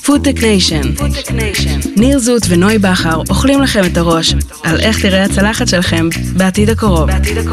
פודטק ניישן. ניר זוט ונוי בחר אוכלים לכם את הראש על איך תראה הצלחת שלכם בעתיד הקרוב.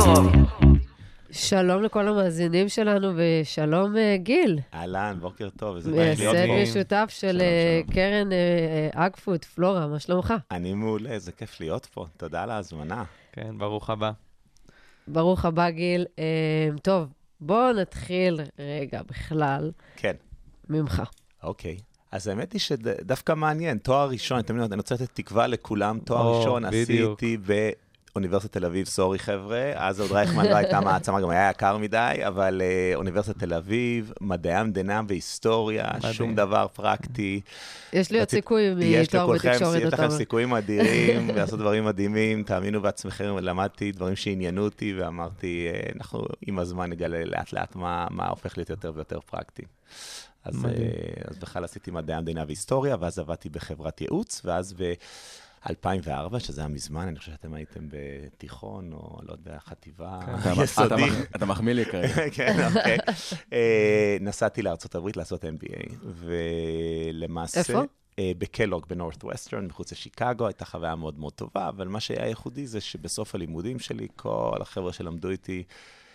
שלום לכל המאזינים שלנו ושלום גיל. אהלן, בוקר טוב. מייסד משותף של קרן אגפוד, פלורה, מה שלומך? אני מעולה, זה כיף להיות פה. תודה על ההזמנה. כן, ברוך הבא. ברוך הבא גיל. טוב, בואו נתחיל רגע בכלל. כן. ממך. אוקיי. אז האמת היא שדווקא מעניין, תואר ראשון, אני רוצה לתת תקווה לכולם, תואר ראשון עשיתי באוניברסיטת תל אביב, סורי חבר'ה, אז עוד רייכמן לא הייתה מעצמה, גם היה יקר מדי, אבל אוניברסיטת תל אביב, מדעי המדינה והיסטוריה, שום דבר פרקטי. יש לי עוד סיכוי מתואר בתקשורת. יש לכם סיכויים אדירים, לעשות דברים מדהימים, תאמינו בעצמכם, למדתי דברים שעניינו אותי, ואמרתי, אנחנו עם הזמן נגלה לאט לאט מה הופך להיות יותר ויותר פרקטי. אז בכלל עשיתי מדעי המדינה והיסטוריה, ואז עבדתי בחברת ייעוץ, ואז ב-2004, שזה היה מזמן, אני חושב שאתם הייתם בתיכון, או לא יודע, חטיבה יסודי. אתה מחמיא לי כרגע. כן, אוקיי. נסעתי לארצות הברית לעשות MBA, ולמעשה... איפה? בקלוג, בנורת ווסטרן, מחוץ לשיקגו, הייתה חוויה מאוד מאוד טובה, אבל מה שהיה ייחודי זה שבסוף הלימודים שלי, כל החבר'ה שלמדו איתי,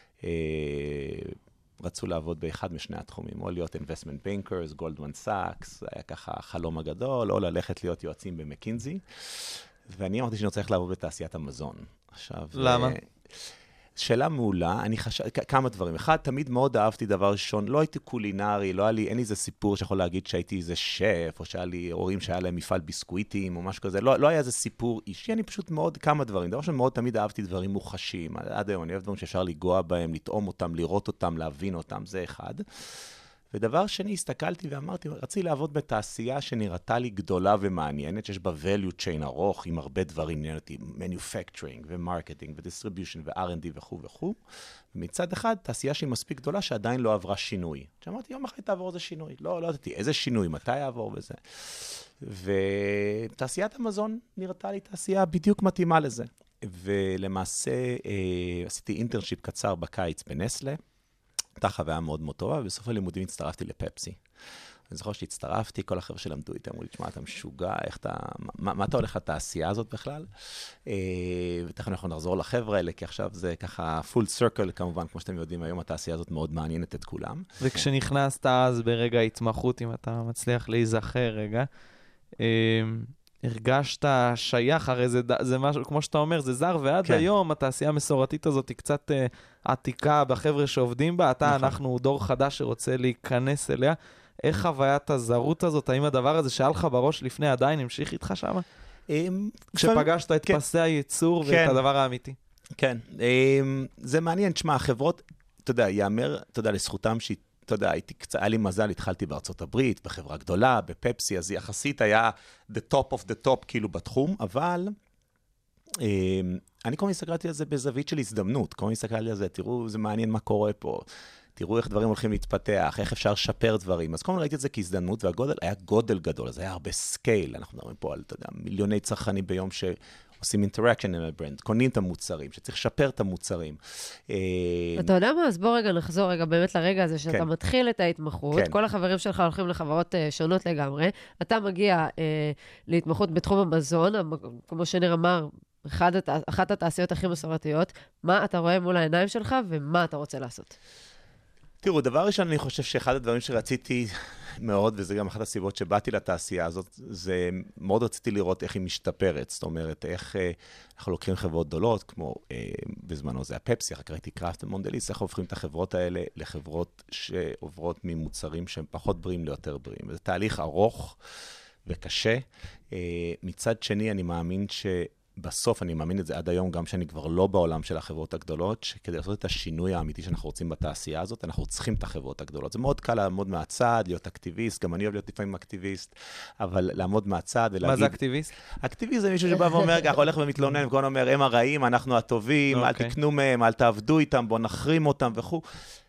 רצו לעבוד באחד משני התחומים, או להיות investment bankers, גולדמן סאקס, זה היה ככה החלום הגדול, או ללכת להיות יועצים במקינזי, ואני אמרתי שאני צריך לעבוד בתעשיית המזון. עכשיו, למה? שאלה מעולה, כמה דברים. אחד, תמיד מאוד אהבתי דבר ראשון, לא הייתי קולינרי, אין לי איזה סיפור שיכול להגיד שהייתי איזה שף, או שהיה לי הורים שהיה להם מפעל ביסקוויטים, או משהו כזה, לא היה איזה סיפור אישי, אני פשוט מאוד כמה דברים. דבר שמאוד תמיד אהבתי דברים מוחשים, עד היום, אני אוהב דברים שאפשר לגוע בהם, לטעום אותם, לראות אותם, להבין אותם, זה אחד. ודבר שני, הסתכלתי ואמרתי, רציתי לעבוד בתעשייה שנראתה לי גדולה ומעניינת, שיש בה value chain ארוך, עם הרבה דברים, נראה אותי, manufacturing ו-marketing ו-distribution ו-R&D וכו' וכו'. ומצד אחד, תעשייה שהיא מספיק גדולה, שעדיין לא עברה שינוי. שאמרתי, יום אחרי תעבור איזה שינוי. לא ידעתי, איזה שינוי, מתי יעבור וזה. ותעשיית המזון נראתה לי תעשייה בדיוק מתאימה לזה. ולמעשה, עשיתי אינטרנשיפ קצר בקיץ בנסלה, הייתה חוויה מאוד מאוד טובה, ובסוף הלימודים הצטרפתי לפפסי. אני זוכר שהצטרפתי, כל החבר'ה שלמדו איתי, אמרו לי, תשמע, אתה משוגע, מה אתה הולך לתעשייה הזאת בכלל? ותכף אנחנו נחזור לחבר'ה האלה, כי עכשיו זה ככה full circle, כמובן, כמו שאתם יודעים, היום התעשייה הזאת מאוד מעניינת את כולם. וכשנכנסת אז ברגע ההתמחות, אם אתה מצליח להיזכר רגע, הרגשת שייך, הרי זה משהו, כמו שאתה אומר, זה זר, ועד היום התעשייה המסורתית הזאת היא קצת עתיקה בחבר'ה שעובדים בה, אנחנו דור חדש שרוצה להיכנס אליה. איך חוויית הזרות הזאת, האם הדבר הזה שהיה לך בראש לפני עדיין המשיך איתך שם? כשפגשת את פסי הייצור ואת הדבר האמיתי. כן, זה מעניין, תשמע, החברות, אתה יודע, יאמר, אתה יודע, לזכותם שהיא, אתה יודע, היה לי מזל, התחלתי בארצות הברית, בחברה גדולה, בפפסי, אז יחסית היה the top of the top כאילו בתחום, אבל אני כל מיני הסתכלתי על זה בזווית של הזדמנות, כל מיני הסתכלתי על זה, תראו, זה מעניין מה קורה פה, תראו איך דברים הולכים להתפתח, איך אפשר לשפר דברים, אז כל מיני ראיתי את זה כהזדמנות, והגודל היה גודל גדול, אז היה הרבה סקייל, אנחנו מדברים פה על, אתה יודע, מיליוני צרכנים ביום עושים אינטראקשן עם הברנד, קונים את המוצרים, שצריך לשפר את המוצרים. אתה יודע מה? אז בוא רגע נחזור רגע באמת לרגע הזה, שאתה מתחיל את ההתמחות, כל החברים שלך הולכים לחברות שונות לגמרי, אתה מגיע להתמחות בתחום המזון, כמו שניר אמר, אחת התעשיות הכי מסורתיות, מה אתה רואה מול העיניים שלך ומה אתה רוצה לעשות? תראו, דבר ראשון, אני חושב שאחד הדברים שרציתי מאוד, וזה גם אחת הסיבות שבאתי לתעשייה הזאת, זה מאוד רציתי לראות איך היא משתפרת. זאת אומרת, איך אנחנו לוקחים חברות גדולות, כמו בזמנו זה הפפסי, אחר כך ראיתי קראפט ומונדליס, איך הופכים את החברות האלה לחברות שעוברות ממוצרים שהם פחות בריאים ליותר בריאים. זה תהליך ארוך וקשה. מצד שני, אני מאמין בסוף, אני מאמין את זה עד היום, גם שאני כבר לא בעולם של החברות הגדולות, שכדי לעשות את השינוי האמיתי שאנחנו רוצים בתעשייה הזאת, אנחנו צריכים את החברות הגדולות. זה מאוד קל לעמוד מהצד, להיות אקטיביסט, גם אני אוהב להיות לפעמים אקטיביסט, אבל לעמוד מהצד ולהגיד... מה זה אקטיביסט? אקטיביסט זה מישהו שבא ואומר, ככה הולך ומתלונן, וכאן אומר, הם הרעים, אנחנו הטובים, אל תקנו מהם, אל תעבדו איתם, בואו נחרים אותם וכו'.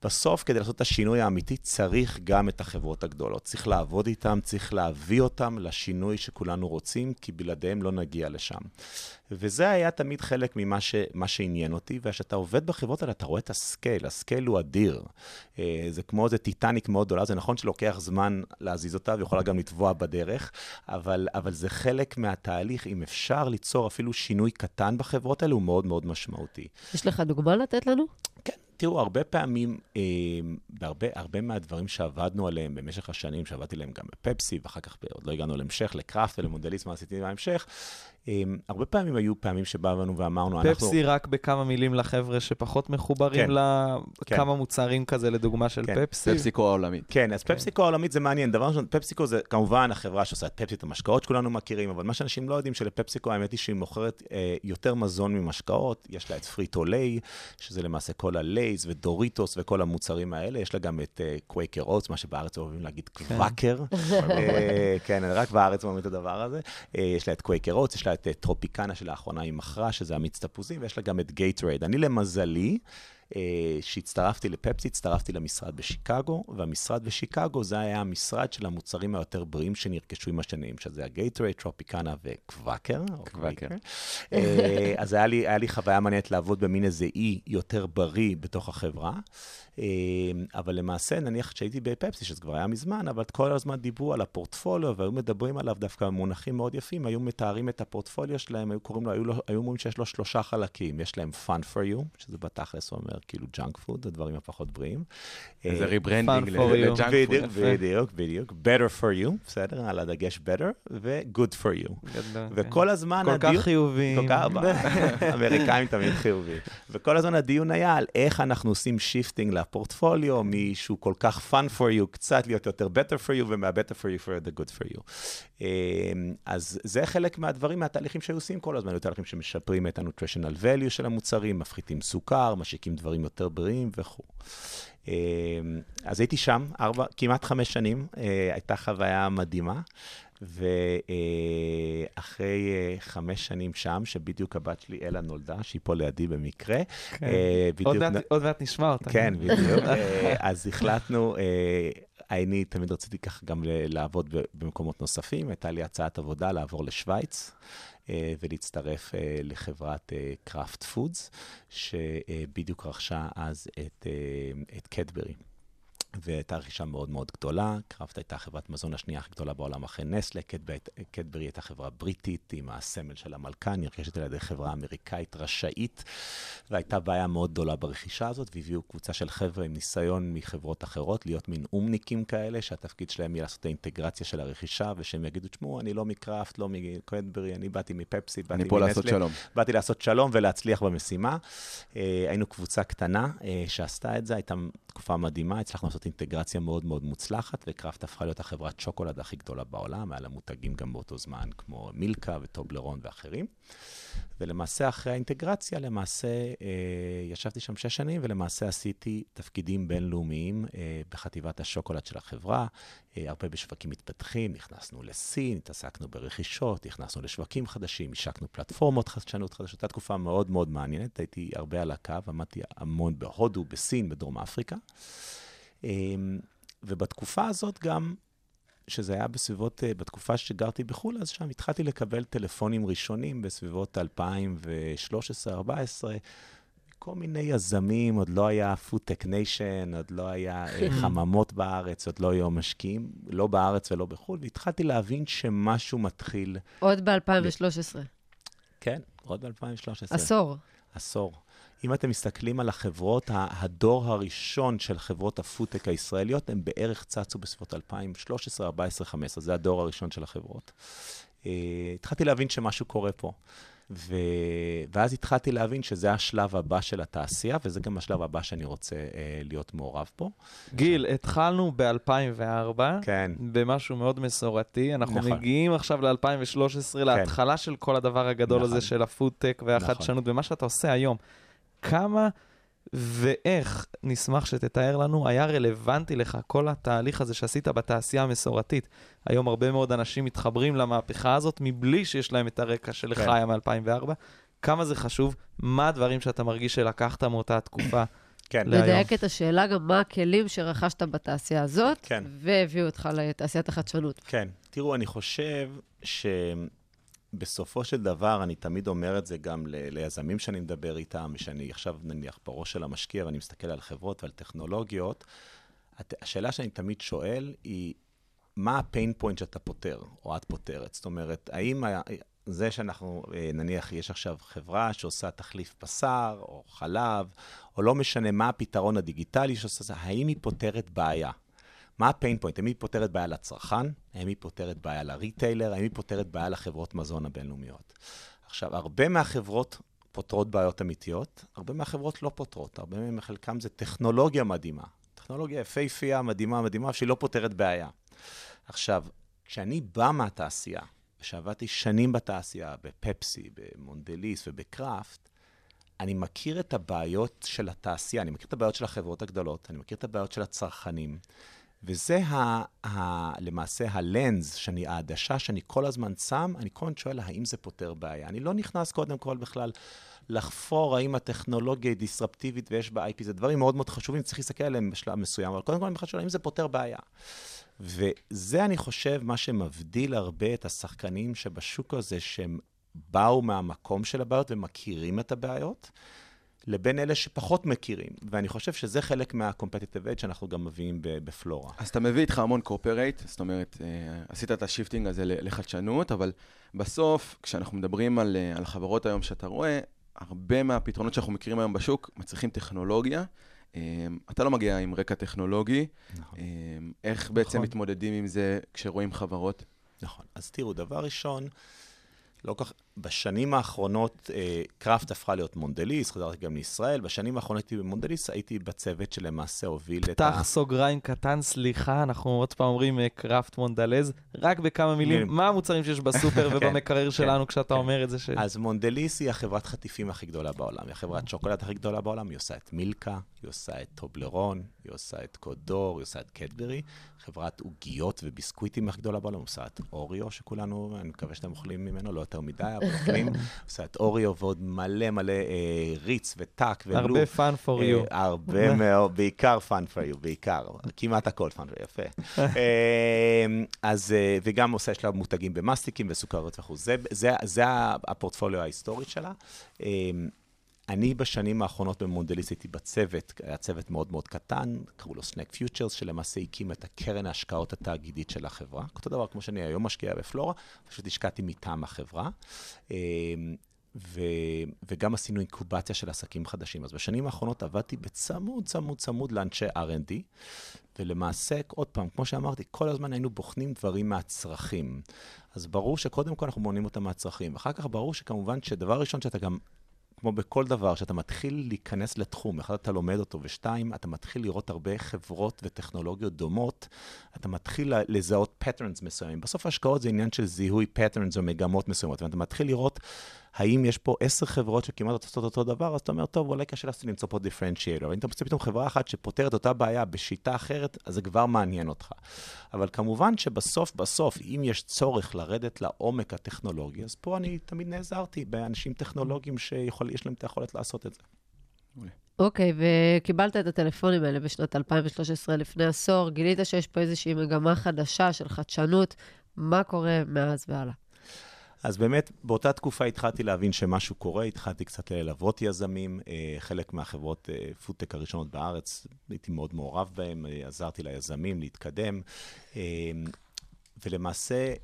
בסוף, כדי לעשות את השינוי האמיתי, צריך גם את החברות הגדולות. צריך לעבוד איתם, צריך להביא אותם לשינוי שכולנו רוצים, כי בלעדיהם לא נגיע לשם. וזה היה תמיד חלק ממה שעניין אותי, וכשאתה עובד בחברות האלה, אתה רואה את הסקייל, הסקייל הוא אדיר. זה כמו איזה טיטניק מאוד גדולה, זה נכון שלוקח זמן להזיז אותה, ויכולה גם לטבוע בדרך, אבל זה חלק מהתהליך, אם אפשר ליצור אפילו שינוי קטן בחברות האלה, הוא מאוד מאוד משמעותי. יש לך דוגמה לתת לנו? כן. תראו, הרבה פעמים, בהרבה מהדברים שעבדנו עליהם במשך השנים, שעבדתי להם גם בפפסי, ואחר כך עוד לא הגענו להמשך, לקראפט ולמודליסט, מה עשיתי בהמשך, הרבה פעמים היו פעמים שבאנו ואמרנו, פפסי רק בכמה מילים לחבר'ה שפחות מחוברים לכמה מוצרים כזה, לדוגמה של פפסי. פפסיקו העולמית. כן, אז פפסיקו העולמית זה מעניין. דבר ראשון, פפסיקו זה כמובן החברה שעושה את פפסי, את המשקאות שכולנו מכירים, אבל מה שאנשים לא יודעים שלפפסיקו, האמת היא שהיא מוכרת יותר מזון ממשקאות, יש לה את פריטו-ליי, שזה למעשה כל הלייז ודוריטוס וכל המוצרים האלה, יש לה גם את קווייקר אוטס, מה שבארץ אוהבים להגיד קוואקר. כן, רק בארץ אומרים את הדבר הזה. יש לה את קווייקר אוטס, יש לה את טרופיקנה שלאחרונה היא מכרה, שזה המיץ תפוזים, ויש לה גם את גייטרייד. אני למזלי, שהצטרפתי לפפסי, הצטרפתי למשרד בשיקגו, והמשרד בשיקגו זה היה המשרד של המוצרים היותר בריאים שנרכשו עם השנים, שזה הגייטרייד, טרופיקנה וקוואקר. אז היה לי חוויה מעניינת לעבוד במין איזה אי יותר בריא בתוך החברה, אבל למעשה, נניח שהייתי בפפסי, שזה כבר היה מזמן, אבל כל הזמן דיברו על הפורטפוליו, והיו מדברים עליו דווקא מונחים מאוד יפים, היו מתארים את הפורטפוליו שלהם, היו קוראים לו, היו אומרים שיש לו 3 חלקים, יש להם fun for you, שזה בתכלס אומר כאילו junk food, הדברים הפחות בריאים. זה ריברנדינג לג'אנק פוד. בדיוק. better for you, בסדר, על הדגש better, ו-good for you. וכל הזמן כל כך חיובים. אמריקאים תמיד חיובים. וכל הזמן הדיון היה על איך אנחנו עושים שיפטינג לפורטפוליו, משהו כל כך fun for you, קצת להיות יותר better for you, ומה-better for you for the good for you. אז זה חלק מהדברים, מהתהליכים שהיו עושים כל הזמן, היו תהליכים שמשפרים את ה-nutritional value של המוצרים, מפחיתים סוכר, משיקים דברים יותר בריאים וכו'. אז הייתי שם, כמעט 5 שנים, הייתה חוויה מדהימה, ואחרי 5 שנים שם, שבדיוק הבת שלי אלה נולדה, שהיא פה לידי במקרה. עוד מעט נשמע אותה. כן, בדיוק. אז החלטנו, אני תמיד רציתי ככה גם לעבוד במקומות נוספים, הייתה לי הצעת עבודה לעבור לשוויץ, ולהצטרף לחברת קראפט פודס, שבדיוק רכשה אז את קדברי. והייתה רכישה מאוד מאוד גדולה, קראפט הייתה חברת מזון השנייה הכי גדולה בעולם אחרי נסטלה, קדברי הייתה חברה בריטית עם הסמל של המלכה, נרכשת על ידי חברה אמריקאית רשאית, והייתה בעיה מאוד גדולה ברכישה הזאת, והביאו קבוצה של חבר'ה עם ניסיון מחברות אחרות, להיות מין אומניקים כאלה, שהתפקיד שלהם יהיה לעשות את האינטגרציה של הרכישה, ושהם יגידו, תשמעו, אני לא מקראפט, לא מקדברי, אני באתי מפפסי, באתי מנסטלה, באתי לעשות שלום ולהצליח במשימה. היינו קבוצה קטנה שעשתה את זה, הייתה תקופה מדהימה, הצלחנו לעשות אינטגרציה מאוד מאוד מוצלחת, וקראפט הפכה להיות החברת שוקולד הכי גדולה בעולם, היה לה מותגים גם באותו זמן, כמו מילקה וטובלרון ואחרים. ולמעשה אחרי האינטגרציה, למעשה ישבתי שם 6 שנים, ולמעשה עשיתי תפקידים בינלאומיים בחטיבת השוקולד של החברה, הרבה בשווקים מתפתחים, נכנסנו לסין, התעסקנו ברכישות, נכנסנו לשווקים חדשים, השקנו פלטפורמות חדשנות חדשות, הייתה תקופה מאוד מאוד מעניינת, הייתי הרבה על הקו, עמדתי המון בהודו, בסין, בדרום אפריקה, ובתקופה הזאת גם, שזה היה בסביבות, בתקופה שגרתי בחול, אז שם התחלתי לקבל טלפונים ראשונים בסביבות 2013-2014, כל מיני יזמים, עוד לא היה פודטק ניישן, עוד לא היה חממות בארץ, עוד לא היו משקיעים, לא בארץ ולא בחול, והתחלתי להבין שמשהו מתחיל. עוד ב-2013. כן, עוד ב-2013. עשור. אם אתם מסתכלים על החברות, הדור הראשון של חברות הפודטק הישראליות, הם בערך צצו בסביבות 2013, 14, 15, זה הדור הראשון של החברות. התחלתי להבין שמשהו קורה פה. ואז התחלתי להבין שזה השלב הבא של התעשייה, וזה גם השלב הבא שאני רוצה להיות מעורב פה. גיל, התחלנו ב-2004, כן. במשהו מאוד מסורתי, אנחנו מגיעים עכשיו ל-2013, להתחלה של כל הדבר הגדול הזה של הפודטק והחדשנות, ומה שאתה עושה היום. כמה ואיך, נשמח שתתאר לנו, היה רלוונטי לך כל התהליך הזה שעשית בתעשייה המסורתית. היום הרבה מאוד אנשים מתחברים למהפכה הזאת, מבלי שיש להם את הרקע שלך היה מ-2004. כמה זה חשוב? מה הדברים שאתה מרגיש שלקחת מאותה התקופה לדייק את השאלה גם מה הכלים שרכשת בתעשייה הזאת, והביאו אותך לתעשיית החדשנות. כן, תראו, אני חושב בסופו של דבר, אני תמיד אומר את זה גם ליזמים שאני מדבר איתם, שאני עכשיו נניח בראש של המשקיע, ואני מסתכל על חברות ועל טכנולוגיות, השאלה שאני תמיד שואל היא, מה הפיין פוינט שאתה פותר, או את פותרת? זאת אומרת, האם זה שאנחנו, נניח, יש עכשיו חברה שעושה תחליף בשר, או חלב, או לא משנה מה הפתרון הדיגיטלי שעושה, האם היא פותרת בעיה? מה הפיין פוינט? האם היא פותרת בעיה לצרכן? האם היא פותרת בעיה לריטיילר? האם היא פותרת בעיה לחברות מזון הבינלאומיות? עכשיו, הרבה מהחברות פותרות בעיות אמיתיות, הרבה מהחברות לא פותרות. הרבה מחלקם זה טכנולוגיה מדהימה. טכנולוגיה יפהפייה, מדהימה, שהיא לא פותרת בעיה. עכשיו, כשאני בא מהתעשייה, ושעבדתי שנים בתעשייה, בפפסי, במונדליס ובקראפט, אני מכיר את הבעיות של התעשייה, אני מכיר את הבעיות של החברות הגדולות, אני מכיר את הבעיות של הצרכנים, וזה למעשה הלנז, העדשה שאני כל הזמן שם, אני קודם שואל האם זה פותר בעיה. אני לא נכנס קודם כל בכלל לחפור האם הטכנולוגיה היא דיסרפטיבית ויש בה IP, זה דברים מאוד מאוד חשובים, צריך להסתכל עליהם בשלב מסוים, אבל קודם כל אני בכלל שואל האם זה פותר בעיה. וזה אני חושב מה שמבדיל הרבה את השחקנים שבשוק הזה, שהם באו מהמקום של הבעיות ומכירים את הבעיות, לבין אלה שפחות מכירים. ואני חושב שזה חלק מה-competitive edge שאנחנו גם מביאים בפלורה. אז אתה מביא איתך המון corporate, זאת אומרת, עשית את השיפטינג הזה לחדשנות, אבל בסוף, כשאנחנו מדברים על חברות היום שאתה רואה, הרבה מהפתרונות שאנחנו מכירים היום בשוק מצריכים טכנולוגיה. אתה לא מגיע עם רקע טכנולוגי. נכון. איך בעצם מתמודדים עם זה כשרואים חברות? נכון. אז תראו, דבר ראשון, לא כך, בשנים האחרונות, קראפט הפכה להיות מונדליס, חזרתי גם לישראל, בשנים האחרונות הייתי במונדליס, הייתי בצוות שלמעשה הוביל את פתח סוגריים קטן, סליחה, אנחנו עוד פעם אומרים קראפט מונדלז, רק בכמה מילים, מה המוצרים שיש בסופר ובמקרר שלנו כשאתה אומר את זה? אז מונדליס היא החברת חטיפים הכי גדולה בעולם, היא החברת שוקולד הכי גדולה בעולם, היא עושה את מילקה, היא עושה את טובלרון, היא עושה את קודור, היא עושה את קדברי, חברת עוגיות וביסקוויטים הכי גדולה בעולם, היא עושה את אוריו, שכולנו, אני מקווה שאתם אוכלים ממנו, לא יותר מדי, אבל אוכלים, עושה את אוריו ועוד מלא ריץ וטק ולוב. הרבה fun for you. הרבה מאוד, בעיקר fun for you, בעיקר. כמעט הכל fun for you, יפה. אז, וגם עושה שלה מותגים במסטיקים וסוכריות וכו'. זה הפורטפוליו ההיסטורית שלה. אני בשנים האחרונות במונדליס הייתי בצוות, היה צוות מאוד מאוד קטן, קראו לו סנק פיוטרס, שלמעשה הקים את הקרן ההשקעות התאגידית של החברה. אותו דבר כמו שאני היום משקיע בפלורה, פשוט השקעתי מטעם החברה, וגם עשינו אינקובציה של עסקים חדשים. אז בשנים האחרונות עבדתי בצמוד לאנשי R&D, ולמעשה, עוד פעם, כמו שאמרתי, כל הזמן היינו בוחנים דברים מהצרכים. אז ברור שקודם כל אנחנו בונים אותם מהצרכים, ואחר כך ברור שכמובן שדבר ראשון שאתה גם כמו בכל דבר, שאתה מתחיל להיכנס לתחום, אחד אתה לומד אותו, ושתיים, אתה מתחיל לראות הרבה חברות וטכנולוגיות דומות, אתה מתחיל לזהות patterns מסוימים. בסוף ההשקעות זה עניין של זיהוי patterns או מגמות מסוימות, ואתה מתחיל לראות האם יש פה 10 חברות שכמעט עושות אותו דבר, אז אתה אומר, טוב, אולי קשה למצוא פה differentiator, אבל אם אתה מוצא פתאום חברה אחת שפותרת אותה בעיה בשיטה אחרת, אז זה כבר מעניין אותך. אבל כמובן שבסוף, אם יש צורך לרדת לעומק הטכנולוגיה, אז פה אני תמיד נעזרתי באנשים טכנולוגיים שיש להם את היכולת לעשות את זה. אוקיי, וקיבלת את הטלפונים האלה בשנת 2013 לפני עשור, גילית שיש פה איזושהי מגמה חדשה של חדשנות, מה קורה מאז והלאה? אז באמת, באותה תקופה התחלתי להבין שמשהו קורה, התחלתי קצת ללוות יזמים, חלק מהחברות פודטק הראשונות בארץ, הייתי מאוד מעורב בהם, עזרתי ליזמים להתקדם, ולמעשה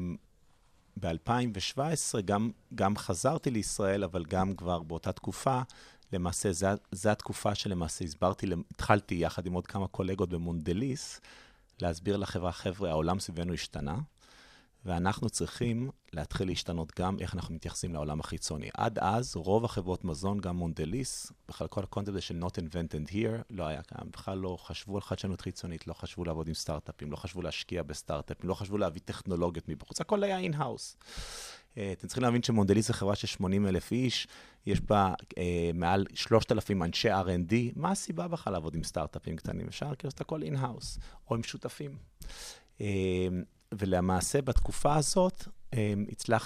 ב-2017 גם חזרתי לישראל, אבל גם כבר באותה תקופה, למעשה זו התקופה שלמעשה התחלתי יחד עם עוד כמה קולגות במונדליס, להסביר לחברה, חבר'ה, העולם סביבנו השתנה, ואנחנו צריכים להתחיל להשתנות גם איך אנחנו מתייחסים לעולם החיצוני. עד אז, רוב החברות מזון, גם מונדליס, בכלל כל הקונספט של not invented here, לא היה כאן. בכלל לא חשבו על חדשנות חיצונית, לא חשבו לעבוד עם סטארט-אפים, לא חשבו להשקיע בסטארט-אפים, לא חשבו להביא טכנולוגיות מבחוץ. הכל היה אין-האוס. אתם צריכים להבין שמונדליס זה חברה של 80,000 איש, יש בה מעל 3,000 אנשי R&D. מה הסיבה בכלל לעבוד עם סטארט-אפים קטנים? אפשר כאילו לעשות הכל אין-האוס, או עם שותפים. ולמעשה בתקופה הזאת הצלחתי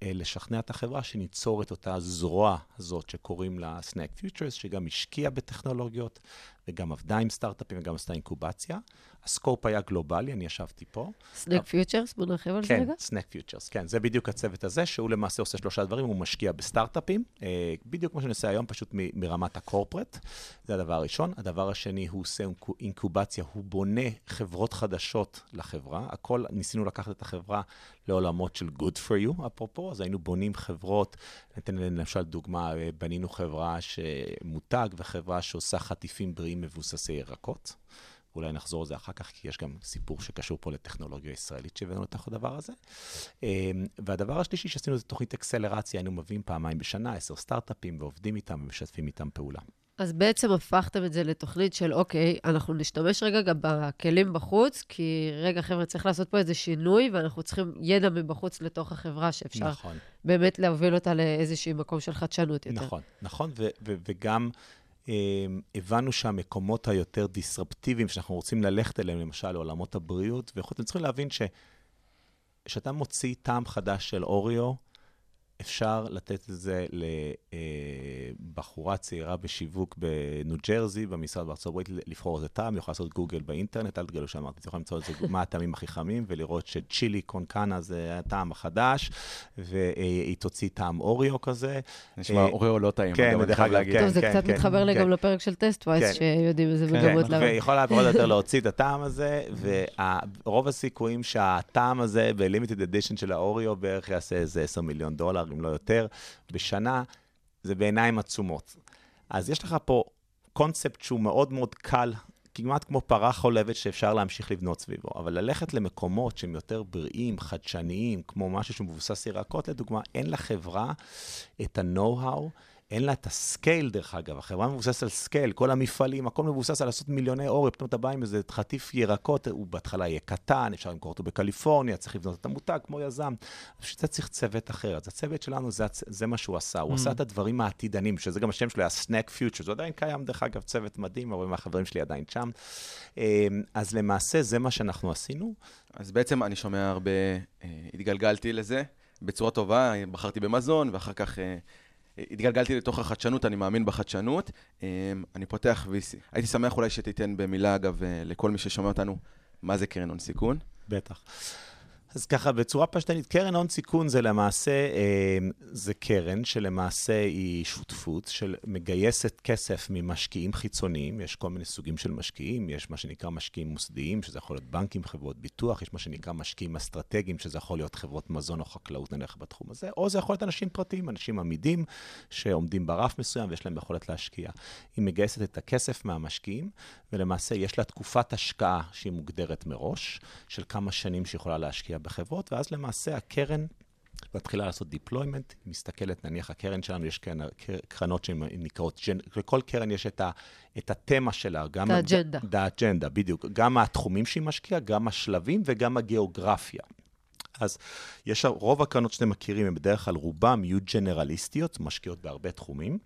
לשכנע את החברה שניצור את אותה זרוע הזאת שקוראים לה Snack Futures, שגם השקיעה בטכנולוגיות, וגם עבדה עם סטארט-אפים וגם עשתה אינקובציה. הסקופ היה גלובלי, אני ישבתי פה. Snack Futures, בוא נרחיב על זה רגע? כן, Snack Futures, כן. זה בדיוק הצוות הזה, שהוא למעשה עושה 3 דברים, הוא משקיע בסטארט-אפים, בדיוק כמו שאני עושה היום, פשוט מרמת הקורפרט. זה הדבר הראשון. הדבר השני, הוא עושה אינקובציה, הוא בונה חברות חדשות לחברה. הכל, ניסינו לקחת את החברה לעולמות של good for you, אפרופו, אז היינו בונים חברות, ניתן למשל דוגמה, בנינו חברה שמותג וחברה שעושה חטיפים בריאים מבוססי ירקות. אולי נחזור לזה אחר כך, כי יש גם סיפור שקשור פה לטכנולוגיה ישראלית שהבאנו לתוך הדבר הזה. והדבר השלישי שעשינו זה תוכנית אקסלרציה, היינו מביאים פעמיים בשנה, 10 סטארט-אפים ועובדים איתם ומשתפים איתם פעולה. אז בעצם הפכתם את זה לתוכנית של, אוקיי, אנחנו נשתמש רגע גם בכלים בחוץ, כי רגע, חבר'ה, צריך לעשות פה איזה שינוי, ואנחנו צריכים ידע מבחוץ לתוך החברה, שאפשר נכון. באמת להוביל אותה לאיזשהו מקום של חדשנות יותר. נכון, נכון, וגם הבנו שהמקומות היותר דיסרפטיביים, שאנחנו רוצים ללכת אליהם, למשל, לעולמות הבריאות, ואתם צריכים להבין שאתה מוציא טעם חדש של אוריו, אפשר לתת את זה לבחורה צעירה בשיווק בניו ג'רזי, במשרד בארצות הברית, לבחור איזה טעם, יוכל לעשות גוגל באינטרנט, אל תגלו שאמרתי, תוכל למצוא את זה, מה הטעמים הכי חמים, ולראות שצ'ילי קונקנה זה הטעם החדש, והיא תוציא טעם אוריו כזה. נשמע אוריו לא טעים. כן, בדרך כלל להגיד. טוב, זה קצת מתחבר לי גם לפרק של טסט וייס, שיודעים איזה מגמות למה. ויכול לעבור יותר להוציא את הטעם הזה, ורוב הסיכויים שהטעם הזה ב-Limited Edition של האוריו בערך יעשה איזה $10 מיליון, אם לא יותר, בשנה, זה בעיניים עצומות. אז יש לך פה קונספט שהוא מאוד מאוד קל, כמעט כמו פרה חולבת שאפשר להמשיך לבנות סביבו, אבל ללכת למקומות שהם יותר בריאים, חדשניים, כמו משהו שמבוסס ירקות, לדוגמה, אין לחברה את ה-know-how, אין לה את הסקייל, דרך אגב. החברה מבוססת על סקייל, כל המפעלים, הכל מבוסס על לעשות מיליוני אורי, פתאום אתה בא עם איזה חטיף ירקות, הוא בהתחלה יהיה קטן, אפשר למכור אותו בקליפורניה, צריך לבנות את המותג כמו יזם. פשוט אתה צריך צוות אחר. אז הצוות שלנו, זה מה שהוא עשה. הוא עשה את הדברים העתידנים, שזה גם השם שלו, היה Snack Futures. זה עדיין קיים, דרך אגב, צוות מדהים, הרבה מהחברים שלי עדיין שם. אז למעשה, זה מה שאנחנו עשינו. אז בעצם אני שומע הרבה, התגלגלתי לזה בצורה טובה, בחרתי במזון, ואחר כך התגלגלתי לתוך החדשנות, אני מאמין בחדשנות. אני פותח VC. הייתי שמח אולי שתיתן במילה, אגב, לכל מי ששומע אותנו, מה זה קרן הון סיכון? בטח. אז ככה, בצורה פשטנית, קרן הון סיכון זה למעשה, זה קרן שלמעשה היא שותפות של מגייסת כסף ממשקיעים חיצוניים, יש כל מיני סוגים של משקיעים, יש מה שנקרא משקיעים מוסדיים, שזה יכול להיות בנקים, חברות ביטוח, יש מה שנקרא משקיעים אסטרטגיים, שזה יכול להיות חברות מזון או חקלאות נלך בתחום הזה, או זה יכול להיות אנשים פרטיים, אנשים עמידים, שעומדים ברף מסוים ויש להם יכולת להשקיע. היא מגייסת את הכסף מהמשקיעים, ולמעשה יש לה תקופת השקעה שהיא מוגדרת מראש, של כמה שנים שיכולה להשקיע בחברות, ואז למעשה הקרן מתחילה לעשות deployment, היא מסתכלת, נניח הקרן שלנו, יש קרנות שנקראות, לכל קרן יש את התמה שלה, גם האג'נדה, בדיוק, גם התחומים שהיא משקיעה, גם השלבים וגם הגיאוגרפיה. אז יש רוב הקרנות שאתם מכירים, הם בדרך כלל רובם יהיו ג'נרליסטיות, משקיעות בהרבה תחומים,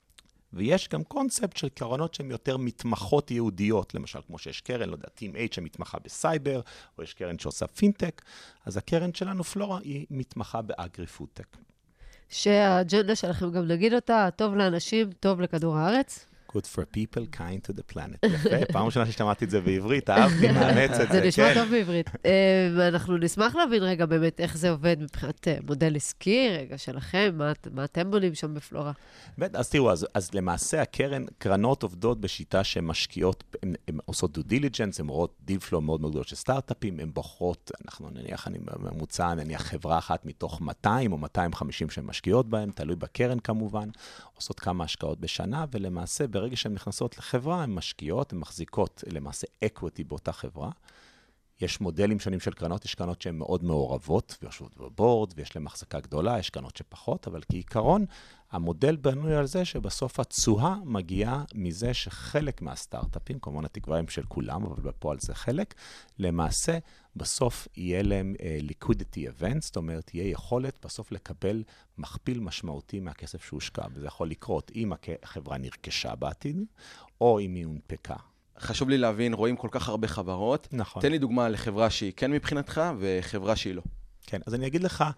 ויש גם קונספט של קרנות שהן יותר מתמחות יהודיות, למשל, כמו שיש קרן, לא יודע, Team H שמתמחה בסייבר, או יש קרן שעושה פינטק, אז הקרן שלנו, פלורה, היא מתמחה באגרי-פודטק. שהאג'נדה שלכם גם נגיד אותה, טוב לאנשים, טוב לכדור הארץ? Good for people, kind to the planet. יפה, פעם ראשונה ששמעתי את זה בעברית, אהבתי, מאמץ את זה. זה נשמע טוב בעברית. ואנחנו נשמח להבין רגע באמת איך זה עובד מבחינת מודל עסקי, רגע שלכם, מה אתם בונים שם בפלורה? אז תראו, אז למעשה הקרן, קרנות עובדות בשיטה שהן משקיעות, הן עושות due diligence, הן רואות דיל פלו מאוד מאוד גדול של סטארט-אפים, הן בוחרות, אנחנו נניח, אני ממוצע, נניח חברה אחת מתוך 200 או 250 שהן משקיעות בהן, תלוי בקרן כמובן, עושות כמה השקעות בשנה, ולמעשה ברגע שהן נכנסות לחברה, הן משקיעות, הן מחזיקות למעשה equity באותה חברה. יש מודלים שונים של קרנות, יש קרנות שהן מאוד מעורבות, ויושבות בבורד, ויש להן החזקה גדולה, יש קרנות שפחות, אבל כעיקרון, המודל בנוי על זה שבסוף התשואה מגיעה מזה שחלק מהסטארט-אפים, כמובן התקווה הם של כולם, אבל בפועל זה חלק, למעשה בסוף יהיה להם liquidity event, זאת אומרת, יהיה יכולת בסוף לקבל מכפיל משמעותי מהכסף שהושקע, וזה יכול לקרות אם החברה נרכשה בעתיד, או אם היא הונפקה. חשוב לי להבין, רואים כל כך הרבה חברות. נכון. תן לי דוגמה לחברה שהיא כן מבחינתך, וחברה שהיא לא. כן, אז אני אגיד לך,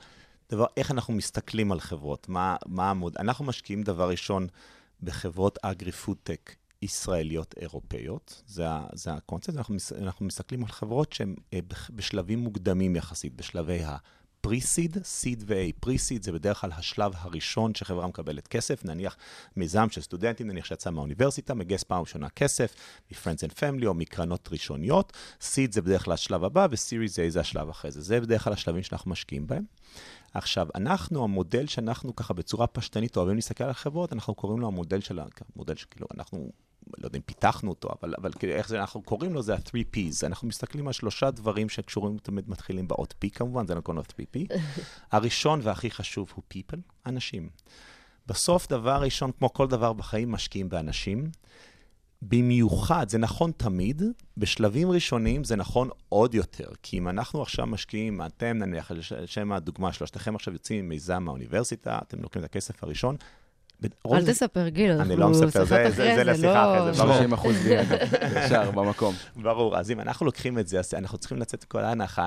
איך אנחנו מסתכלים על חברות, אנחנו משקיעים דבר ראשון בחברות אגרי-פוד-טק ישראליות אירופאיות, זה הקונספט, אנחנו מסתכלים על חברות שהן בשלבים מוקדמים יחסית, בשלבי פרי-סיד, סיד ו-A. פרי-סיד זה בדרך כלל השלב הראשון שחברה מקבלת כסף, נניח מיזם של סטודנטים, נניח שיצא מהאוניברסיטה, מגייס פעם ראשונה כסף, מ-Friends and Family או מקרנות ראשוניות, סיד זה בדרך כלל השלב הבא, ו-Series A זה השלב אחרי זה. זה בדרך כלל השלבים שאנחנו משקיעים בהם. עכשיו, המודל שאנחנו ככה בצורה פשטנית אוהבים להסתכל על החברות, אנחנו קוראים לו המודל שכאילו אנחנו לא יודע אם פיתחנו אותו, אבל איך זה אנחנו קוראים לו, זה ה-3Ps. אנחנו מסתכלים על 3 דברים שקשורים, תמיד מתחילים באות P, כמובן, זה נכון, 3P. הראשון והכי חשוב הוא people, אנשים. בסוף, דבר ראשון, כמו כל דבר בחיים, משקיעים באנשים. במיוחד, זה נכון תמיד, בשלבים ראשונים זה נכון עוד יותר, כי אם אנחנו עכשיו משקיעים, אתם נניח, לשם הדוגמה, שלושתכם עכשיו יוצאים ממיזם מהאוניברסיטה, אתם לוקחים את הכסף הראשון, אל תספר, גיל, אני לא מספר, זה לשיחה אחרי זה, ברור. 30% לי, ישר, במקום. ברור, אז אם אנחנו לוקחים את זה, אנחנו צריכים לצאת כל ההנחה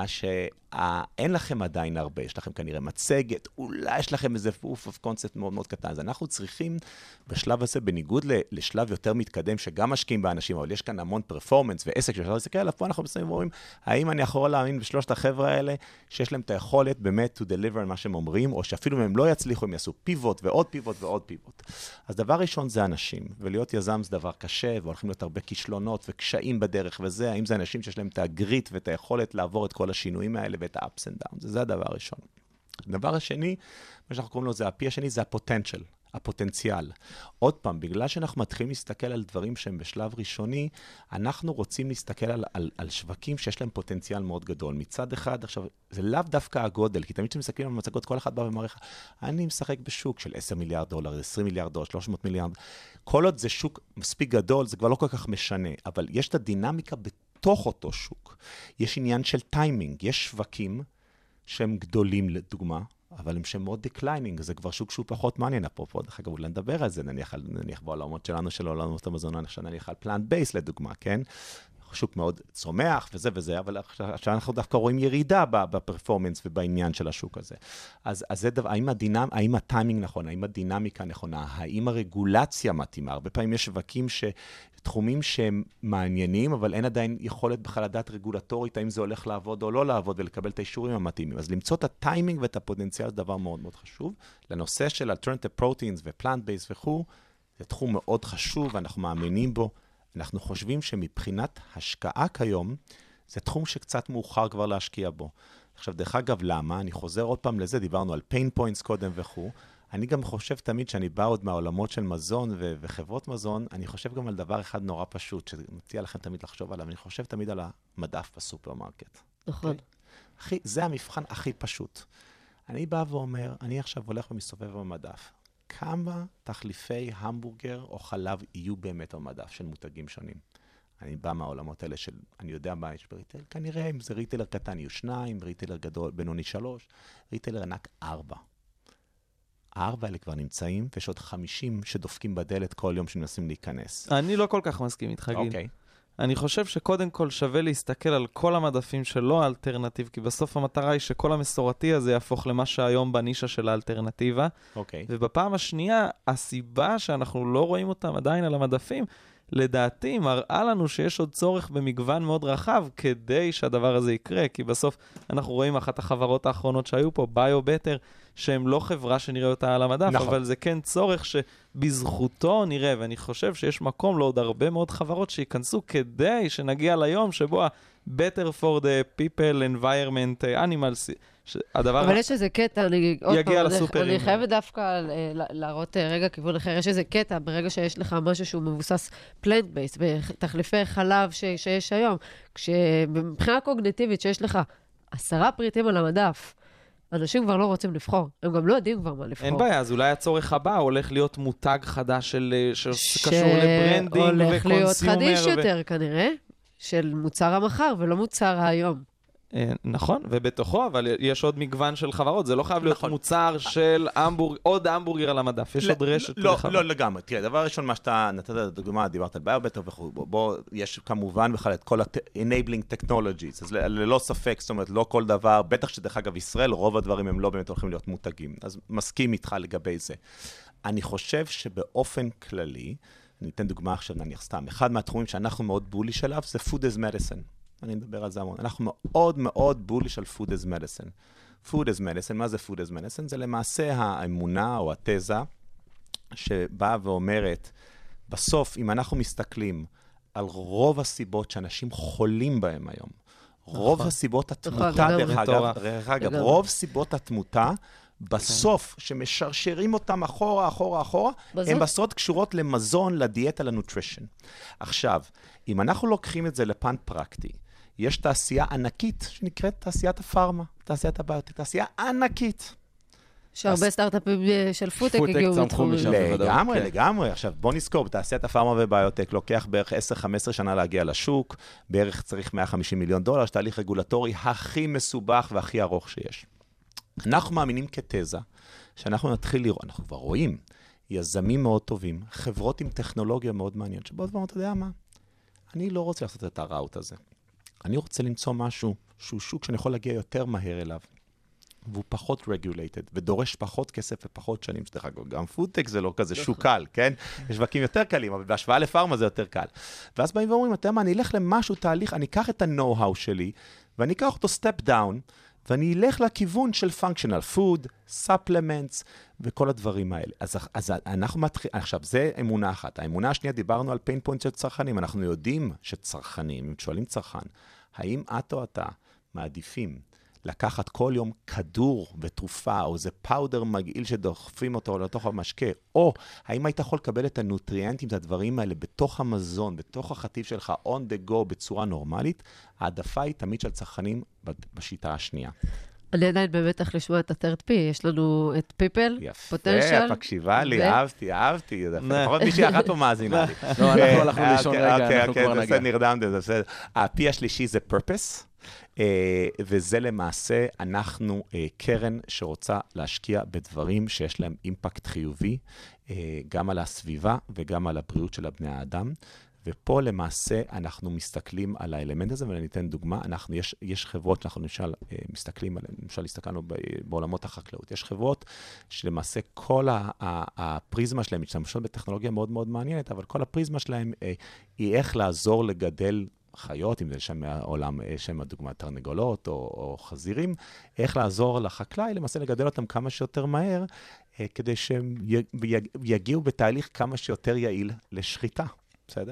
שאין לכם עדיין הרבה, יש לכם כנראה מצגת, אולי יש לכם איזה proof of concept מאוד מאוד קטן, אז אנחנו צריכים בשלב הזה, בניגוד לשלב יותר מתקדם, שגם משקיעים באנשים, אבל יש כאן המון פרפורמנס ועסק שאפשר להסתכל עליו, פה אנחנו מסיימים ואומרים, האם אני יכול להאמין בשלושת החבר'ה האלה, שיש להם את היכולת באמת to deliver מה שהם אומרים, או שאפילו אם הם לא יצליחו, הם יעשו פיבוט ועוד פיבוט ועוד פיבוט. אז דבר ראשון זה אנשים, ולהיות יזם זה דבר קשה, והולכים להיות הרבה כישלונות וקשיים בדרך וזה, האם זה אנשים שיש להם את הגריט ואת היכולת לעבור את כל השינויים האלה ואת ה-ups and downs, זה הדבר הראשון. הדבר השני, מה שאנחנו קוראים לו זה, הפי השני זה הפוטנציאל, הפוטנציאל. עוד פעם, בגלל שאנחנו מתחילים להסתכל על דברים שהם בשלב ראשוני, אנחנו רוצים להסתכל על שווקים שיש להם פוטנציאל מאוד גדול. מצד אחד, עכשיו, זה לאו דווקא הגודל, כי תמיד כשמסתכלים על מצגות, כל אחד בא ומעריך, אני משחק בשוק של $10 מיליארד, $20 מיליארד, $300 מיליארד. כל עוד זה שוק מספיק גדול, זה כבר לא כל כך משנה, אבל יש את הדינמיקה בתוך אותו שוק. יש עניין של טיימינג, יש שווקים שהם גדולים לדוגמה, אבל הם שהם מאוד דקליינינג, זה כבר שוק שהוא פחות מעניין, אפרופו, דרך אגב, אולי נדבר על זה, נניח בעולמות שלנו, של עולמות המזון, נניח על פלנט בייס לדוגמה, כן? שוק מאוד צומח וזה, אבל עכשיו אנחנו דווקא רואים ירידה בפרפורמנס ובעניין של השוק הזה. אז זה דבר, האם הטיימינג נכון, האם הדינמיקה נכונה, האם הרגולציה מתאימה? הרבה פעמים יש שווקים תחומים שהם מעניינים, אבל אין עדיין יכולת בכלל לדעת רגולטורית, האם זה הולך לעבוד או לא לעבוד, ולקבל את האישורים המתאימים. אז למצוא את הטיימינג ואת הפוטנציאל זה דבר מאוד מאוד חשוב. לנושא של alternative proteins ו-plant-based וכו', זה תחום מאוד חשוב, אנחנו מאמינים בו. אנחנו חושבים שמבחינת השקעה כיום, זה תחום שקצת מאוחר כבר להשקיע בו. עכשיו, דרך אגב, למה? אני חוזר עוד פעם לזה, דיברנו על pain points קודם וכו'. אני גם חושב תמיד שאני בא עוד מהעולמות של מזון וחברות מזון, אני חושב גם על דבר אחד נורא פשוט, שמציע לכם תמיד לחשוב עליו, אני חושב תמיד על המדף בסופרמרקט. נכון. זה המבחן הכי פשוט. אני בא ואומר, אני עכשיו הולך ומסתובב במדף. כמה תחליפי המבורגר או חלב יהיו באמת במדף של מותגים שונים? אני בא מהעולמות האלה של, אני יודע מה יש בריטייל, כנראה אם זה ריטיילר קטן יהיו 2, ריטיילר גדול, בינוני 3, ריטיילר ענק 4. 4 האלה כבר נמצאים, ויש עוד 50 שדופקים בדלת כל יום שמנסים להיכנס. אני לא כל כך מסכים איתך, גיל. אוקיי. אני חושב שקודם כל שווה להסתכל על כל המדפים שלא האלטרנטיב, כי בסוף המטרה היא שכל המסורתי הזה יהפוך למה שהיום בנישה של האלטרנטיבה. אוקיי. ובפעם השנייה, הסיבה שאנחנו לא רואים אותם עדיין על המדפים, לדעתי מראה לנו שיש עוד צורך במגוון מאוד רחב כדי שהדבר הזה יקרה, כי בסוף אנחנו רואים אחת החברות האחרונות שהיו פה, ביו-בטר, שהם לא חברה שנראה אותה על המדף, נכון. אבל זה כן צורך שבזכותו נראה, ואני חושב שיש מקום לעוד הרבה מאוד חברות שיכנסו כדי שנגיע ליום שבו better for the people, environment, animals, אבל יש איזה קטע, יגיע לסופרים. אני חייבת דווקא להראות רגע כיוון אחר, יש איזה קטע ברגע שיש לך משהו שהוא מבוסס plant-based, בתחליפי חלב שיש היום, כשבבחינה קוגניטיבית שיש לך 10 פריטים על המדף, אנשים כבר לא רוצים לבחור, הם גם לא יודעים כבר מה לבחור. אין בעיה, אז אולי הצורך הבא הולך להיות מותג חדש שקשור לברנדינג וקונסיומר. הולך להיות חדיש יותר כנראה, של מוצר המחר ולא מוצר היום. נכון, ובתוכו, אבל יש עוד מגוון של חברות, זה לא חייב להיות מוצר של עוד המבורגר על המדף, יש עוד רשת. לא לגמרי, תראה, דבר ראשון, מה שאתה נתת דוגמה, דיברת על ביובטר וכו', בוא, יש כמובן בכלל את כל ה-enabling technologies, אז ללא ספק, זאת אומרת, לא כל דבר, בטח שדרך אגב ישראל, רוב הדברים הם לא באמת הולכים להיות מותגים, אז מסכים איתך לגבי זה. אני חושב שבאופן כללי, אני אתן דוגמה עכשיו, נניח סתם, אחד מהתחומים שאנחנו מאוד בוליש עליו, זה food as medicine. אני מדבר על זה המון. אנחנו מאוד מאוד בוליש על food as medicine. food as medicine, מה זה food as medicine? זה למעשה האמונה או התזה שבאה ואומרת, בסוף, אם אנחנו מסתכלים על רוב הסיבות שאנשים חולים בהם היום, רוב הסיבות התמותה, דרך אגב, רוב סיבות התמותה, בסוף, שמשרשרים אותם אחורה, הן בסוף קשורות למזון, לדיאטה, לנוטרישן. עכשיו, אם אנחנו לוקחים את זה לפן פרקטי, יש תעשייה ענקית שנקראת תעשיית הפארמה, תעשיית הביוטק, תעשייה ענקית. שהרבה סטארט-אפים של פודטק הגיעו מתחום. לגמרי. עכשיו, בוא נזכור, בתעשיית הפארמה וביוטק לוקח בערך 10-15 שנה להגיע לשוק, בערך צריך $150 מיליון, שתהליך רגולטורי הכי מסובך והכי ארוך שיש. אנחנו מאמינים כתזה, שאנחנו נתחיל לראות, אנחנו כבר רואים, יזמים מאוד טובים, חברות עם טכנולוגיה מאוד מעניינת, שבאות ואומרות, אתה יודע מה? אני לא רוצה לעשות את הראוט הזה. אני רוצה למצוא משהו שהוא שוק שאני יכול להגיע יותר מהר אליו, והוא פחות regulated, ודורש פחות כסף ופחות שנים, שדרך אגב, גם פודטק זה לא כזה שוק קל, כן? יש שווקים יותר קלים, אבל בהשוואה לפארמה זה יותר קל. ואז באים ואומרים, אתה יודע מה, אני אלך למשהו תהליך, אני אקח את ה-know-how שלי, ואני אקח אותו step down, ואני אלך לכיוון של functional food, supplements, וכל הדברים האלה. אז אנחנו מתחילים, עכשיו, זה אמונה אחת. האמונה השנייה, דיברנו על pain point של צרכנים. אנחנו יודעים שצרכנים, אם שואלים צרכן, האם את או אתה מעדיפים לקחת כל יום כדור ותרופה, או איזה פאודר מגעיל שדוחפים אותו לתוך המשקה, או האם היית יכול לקבל את הנוטריאנטים, את הדברים האלה, בתוך המזון, בתוך החטיב שלך, on the go, בצורה נורמלית, העדפה היא תמיד של צרכנים בשיטה השנייה. אני עדיין באמת איך לשמוע את ה-third P, יש לנו את people, potential. יפה, מקשיבה לי, אהבתי, לפחות מישהי אחת פה מאזינה לי. לא, אנחנו הלכנו לישון רגע, אנחנו כבר נגיע. נרדמתם, זה בסדר. ה-P השלישי זה purpose, וזה למעשה אנחנו קרן שרוצה להשקיע בדברים שיש להם אימפקט חיובי, גם על הסביבה וגם על הבריאות של הבני האדם. ופה למעשה אנחנו מסתכלים על האלמנט הזה, ואני אתן דוגמה, יש חברות שאנחנו למשל מסתכלים עליהן, למשל הסתכלנו בעולמות החקלאות, יש חברות שלמעשה כל הפריזמה שלהם משתמשות בטכנולוגיה מאוד מאוד מעניינת, אבל כל הפריזמה שלהם היא איך לעזור לגדל חיות, אם זה שם העולם, שם הדוגמה תרנגולות או חזירים, איך לעזור לחקלאי למעשה לגדל אותם כמה שיותר מהר, כדי שהם יגיעו בתהליך כמה שיותר יעיל לשחיטה. בסדר?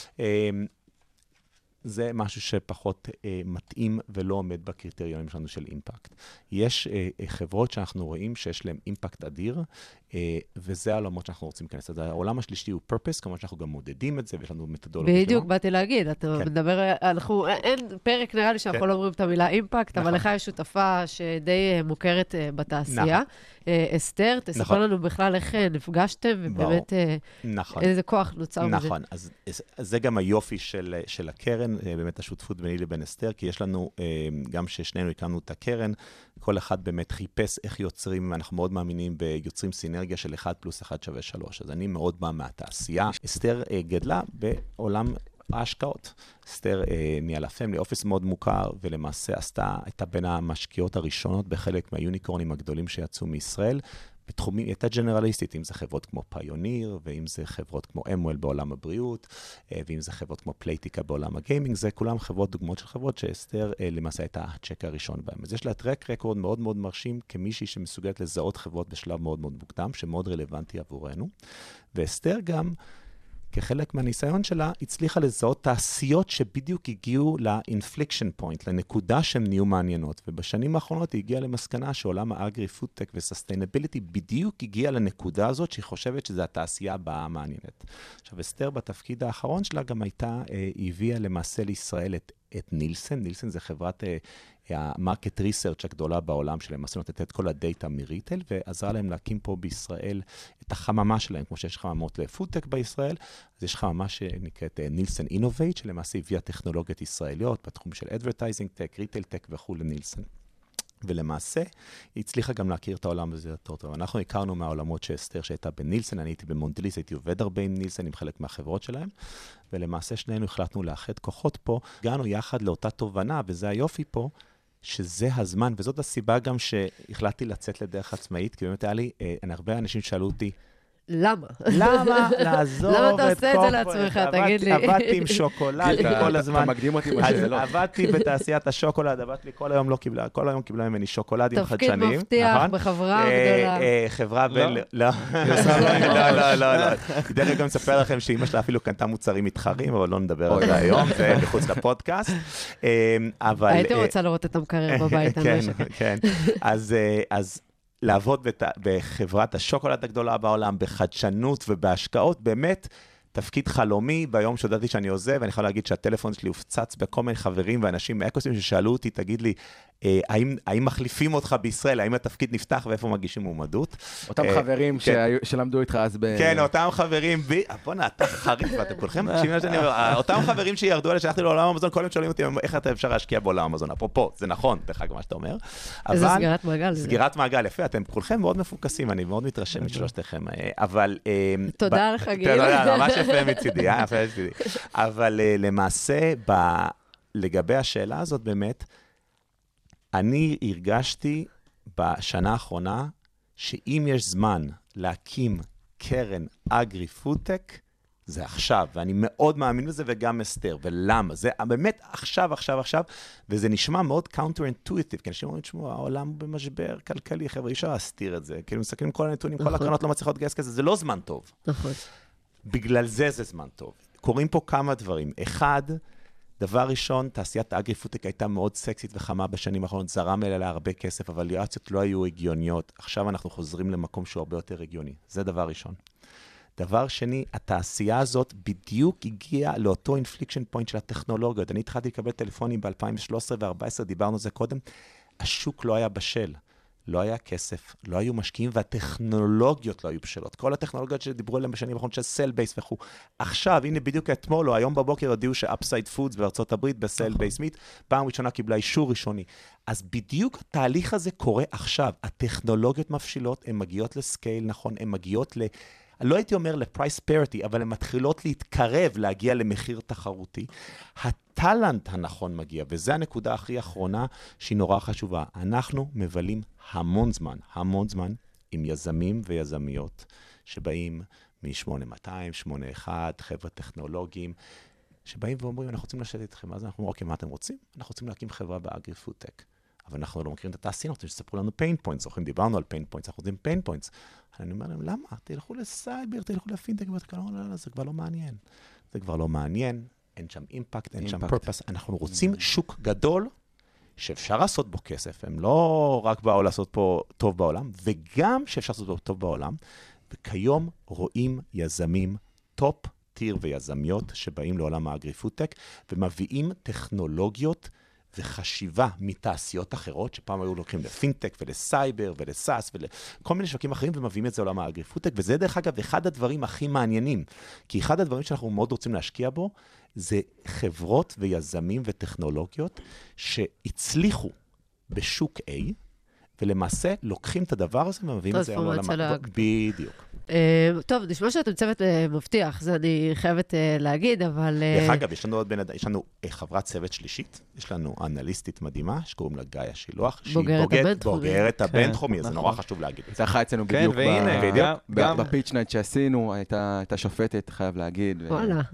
זה משהו שפחות מתאים ולא עומד בקריטריונים שלנו של אימפקט. יש חברות שאנחנו רואים שיש להם אימפקט אדיר, וזה העולמות שאנחנו רוצים להיכנס. אז העולם השלישי הוא purpose, כמובן שאנחנו גם מודדים את זה, ויש לנו מתודולוגיה. בדיוק, באתי להגיד, אתה מדבר, אין פרק נראה לי שאנחנו לא אומרים את המילה אימפקט, אבל לך יש שותפה שדי מוכרת בתעשייה. אסתר, תספר לנו בכלל איך נפגשתם, ובאמת איזה כוח נוצר בזה. נכון, אז זה גם היופי של הקרן, באמת השותפות ביני לבין אסתר, כי יש לנו, גם ששנינו הקמנו את הקרן, כל אחד באמת חיפש איך יוצרים, ואנחנו מאוד מאמינים ביוצרים סינרגיה של 1 + 1 = 3. אז אני מאוד בא מהתעשייה. אסתר גדלה בעולם ההשקעות. אסתר ניהלה פמילי אופיס מאוד מוכר, ולמעשה הייתה בין המשקיעות הראשונות בחלק מהיוניקורנים הגדולים שיצאו מישראל, בתחומים, הייתה ג'נרליסטית, אם זה חברות כמו פיוניר, ואם זה חברות כמו אמואל בעולם הבריאות, ואם זה חברות כמו פלייטיקה בעולם הגיימינג, זה כולם חברות, דוגמאות של חברות, שאסתר למעשה הייתה הצ'ק הראשון בהם. אז יש לה טרק רקורד מאוד מאוד מרשים, כמישהי שמסוגלת לזהות חברות בשלב מאוד מאוד מוקדם, שמאוד רלוונטי עבורנו. ואסתר גם, כחלק מהניסיון שלה, הצליחה לזהות תעשיות שבדיוק הגיעו ל-inflection point, לנקודה שהן נהיו מעניינות. ובשנים האחרונות היא הגיעה למסקנה שעולם האגרי, פודטק וססטיינביליטי בדיוק הגיעה לנקודה הזאת שהיא חושבת שזו התעשייה הבאה המעניינת. עכשיו, אסתר בתפקיד האחרון שלה גם הביאה למעשה לישראל את נילסן. נילסן זה חברת המרקט ריסרצ' הגדולה בעולם שלהם, עשו לתת את כל הדאטה מריטל, ועזרה להם להקים פה בישראל את החממה שלהם, כמו שיש חממות לפודטק בישראל, אז יש חממה שנקראת נילסן אינובייט, שלמעשה הביאה טכנולוגיות ישראליות, בתחום של אדברטייזינג טק, ריטל טק וכו' לנילסן. ולמעשה, היא הצליחה גם להכיר את העולם הזה יותר טוב. אנחנו הכרנו מהעולמות שאסתר שהייתה בנילסן, אני הייתי במונדליס, הייתי עובד הרבה עם נילסן, עם חלק מהחברות שלהם, ולמעשה שנינו החלטנו לאחד כוחות פה, הגענו יחד לאותה תובנה, וזה היופי פה, שזה הזמן, וזאת הסיבה גם שהחלטתי לצאת לדרך עצמאית, כי באמת היה לי, הרבה אנשים שאלו אותי, למה? למה לעזוב את למה אתה עושה את זה לעצמך, תגיד לי? עבדתי עם שוקולד כל הזמן. אתה מקדים אותי בשאלות. עבדתי בתעשיית השוקולד, עבדתי כל היום קיבלה ממני שוקולדים חדשנים. תפקיד מבטיח בחברה גדולה. חברה בין... לא. דרך אגב מספר לכם שאמא שלה אפילו קנתה מוצרים מתחרים, אבל לא נדבר על זה היום, זה מחוץ לפודקאסט. הייתי רוצה לראות את המקרר בבית. כן. אז לעבוד בחברת השוקולד הגדולה בעולם, בחדשנות ובהשקעות, באמת תפקיד חלומי. ביום שהודעתי שאני עוזב, ואני יכול להגיד שהטלפון שלי הופצץ בכל מיני חברים ואנשים מאקוסיסטם ששאלו אותי, תגיד לי, האם מחליפים אותך בישראל, האם התפקיד נפתח ואיפה מגישים מועמדות? אותם חברים שלמדו איתך אז כן, אותם חברים, בוא'נה, אתה חריף, ואתם כולכם מקשיבים שאני אומר, אותם חברים שירדו עליי, שלחתי לעולם המזון, כל יום שואלים אותי, איך אתה אפשר להשקיע בעולם המזון? אפרופו, זה נכון, דרך אגב מה שאתה אומר. איזה סגירת מעגל. סגירת מעגל, יפה, אתם כולכם מאוד מפוקסים, אני מאוד מתרשם משלושתכם, אבל... תודה לך, גיל. תודה, ממש יפה מצידי, יפה מצידי. אבל למעשה, לגבי השאלה הזאת באמת, אני הרגשתי בשנה האחרונה שאם יש זמן להקים קרן אגרי פודטק, זה עכשיו, ואני מאוד מאמין בזה וגם אסתר. ולמה? זה באמת עכשיו, וזה נשמע מאוד counter-intuitive, כי אנשים אומרים, תשמעו, העולם הוא במשבר כלכלי, חבר'ה, אי אפשר להסתיר את זה. כאילו מסתכלים כל הנתונים, כל הקרנות לא מצליחות לגייס כזה, זה לא זמן טוב. נכון. בגלל זה זמן טוב. קוראים פה כמה דברים. אחד, דבר ראשון, תעשיית האגרי-פודטק הייתה מאוד סקסית וחמה בשנים האחרונות, זרם אליה הרבה כסף, אבל ואליואציות לא היו הגיוניות. עכשיו אנחנו חוזרים למקום שהוא הרבה יותר הגיוני. זה דבר ראשון. דבר שני, התעשייה הזאת בדיוק הגיעה לאותו אינפליקשן פוינט של הטכנולוגיות. אני התחלתי לקבל טלפונים ב-2013 ו-2014, דיברנו על זה קודם. השוק לא היה בשל. לא היה כסף, לא היו משקיעים, והטכנולוגיות לא היו בשלות. כל הטכנולוגיות שדיברו עליהן בשנים האחרונות של סל בייס וכו'. עכשיו, הנה בדיוק אתמול או היום בבוקר הודיעו שאפסייד פודס בארצות הברית בסל בייס מיט, פעם ראשונה קיבלה אישור ראשוני. אז בדיוק התהליך הזה קורה עכשיו. הטכנולוגיות מבשילות, הן מגיעות לסקייל, נכון, הן מגיעות לא הייתי אומר לפרייס פריטי, אבל הן מתחילות להתקרב, להגיע למחיר תחרותי. הטלנט הנכון מגיע, וזו הנקודה הכי אחרונה שהיא נורא חשובה. אנחנו מבלים המון זמן עם יזמים ויזמיות שבאים מ-8200, 81, חבר'ה טכנולוגיים, שבאים ואומרים, אנחנו רוצים לשבת איתכם, אז אנחנו אומרים, אוקיי, מה אתם רוצים? אנחנו רוצים להקים חברה באגרי פודטק. אבל אנחנו לא מכירים את התעשייה, אנחנו רוצים שספרו לנו pain points, זוכרים, דיברנו על pain points, אנחנו רוצים pain points. אני אומר להם, למה? תלכו לסייבר, תלכו לפינטק, לא, זה כבר לא מעניין. זה כבר לא מעניין, אין שם אימפקט, אין שם פרפס. אנחנו רוצים שוק גדול, שאפשר לעשות בו כסף, הם לא רק באו לעשות פה טוב בעולם, וגם שאפשר לעשות בו טוב בעולם, וכיום רואים יזמים טופ טיר ויזמיות שבאים לעולם האגרי פודטק, ומביאים טכנולוגיות וחשיבה מתעשיות אחרות, שפעם היו לוקחים לפינטק ולסייבר ולסאס ולכל מיני שווקים אחרים, ומביאים את זה לעולם האגרי פודטק, וזה דרך אגב אחד הדברים הכי מעניינים, כי אחד הדברים שאנחנו מאוד רוצים להשקיע בו, זה חברות ויזמים וטכנולוגיות שהצליחו בשוק A, ולמעשה לוקחים את הדבר הזה ומביאים את זה לעולם האגרי. בדיוק. טוב, נשמע שאתם צוות מבטיח, זה אני חייבת להגיד, אבל... דרך אגב, יש לנו חברת צוות שלישית, יש לנו אנליסטית מדהימה, שקוראים לה גיא השילוח, שהיא בוגרת הבינתחומי, זה נורא חשוב להגיד. זה אחרי אצלנו בדיוק, בפיץ' נייט שעשינו, הייתה שופטת, חייב להגיד. וואלה.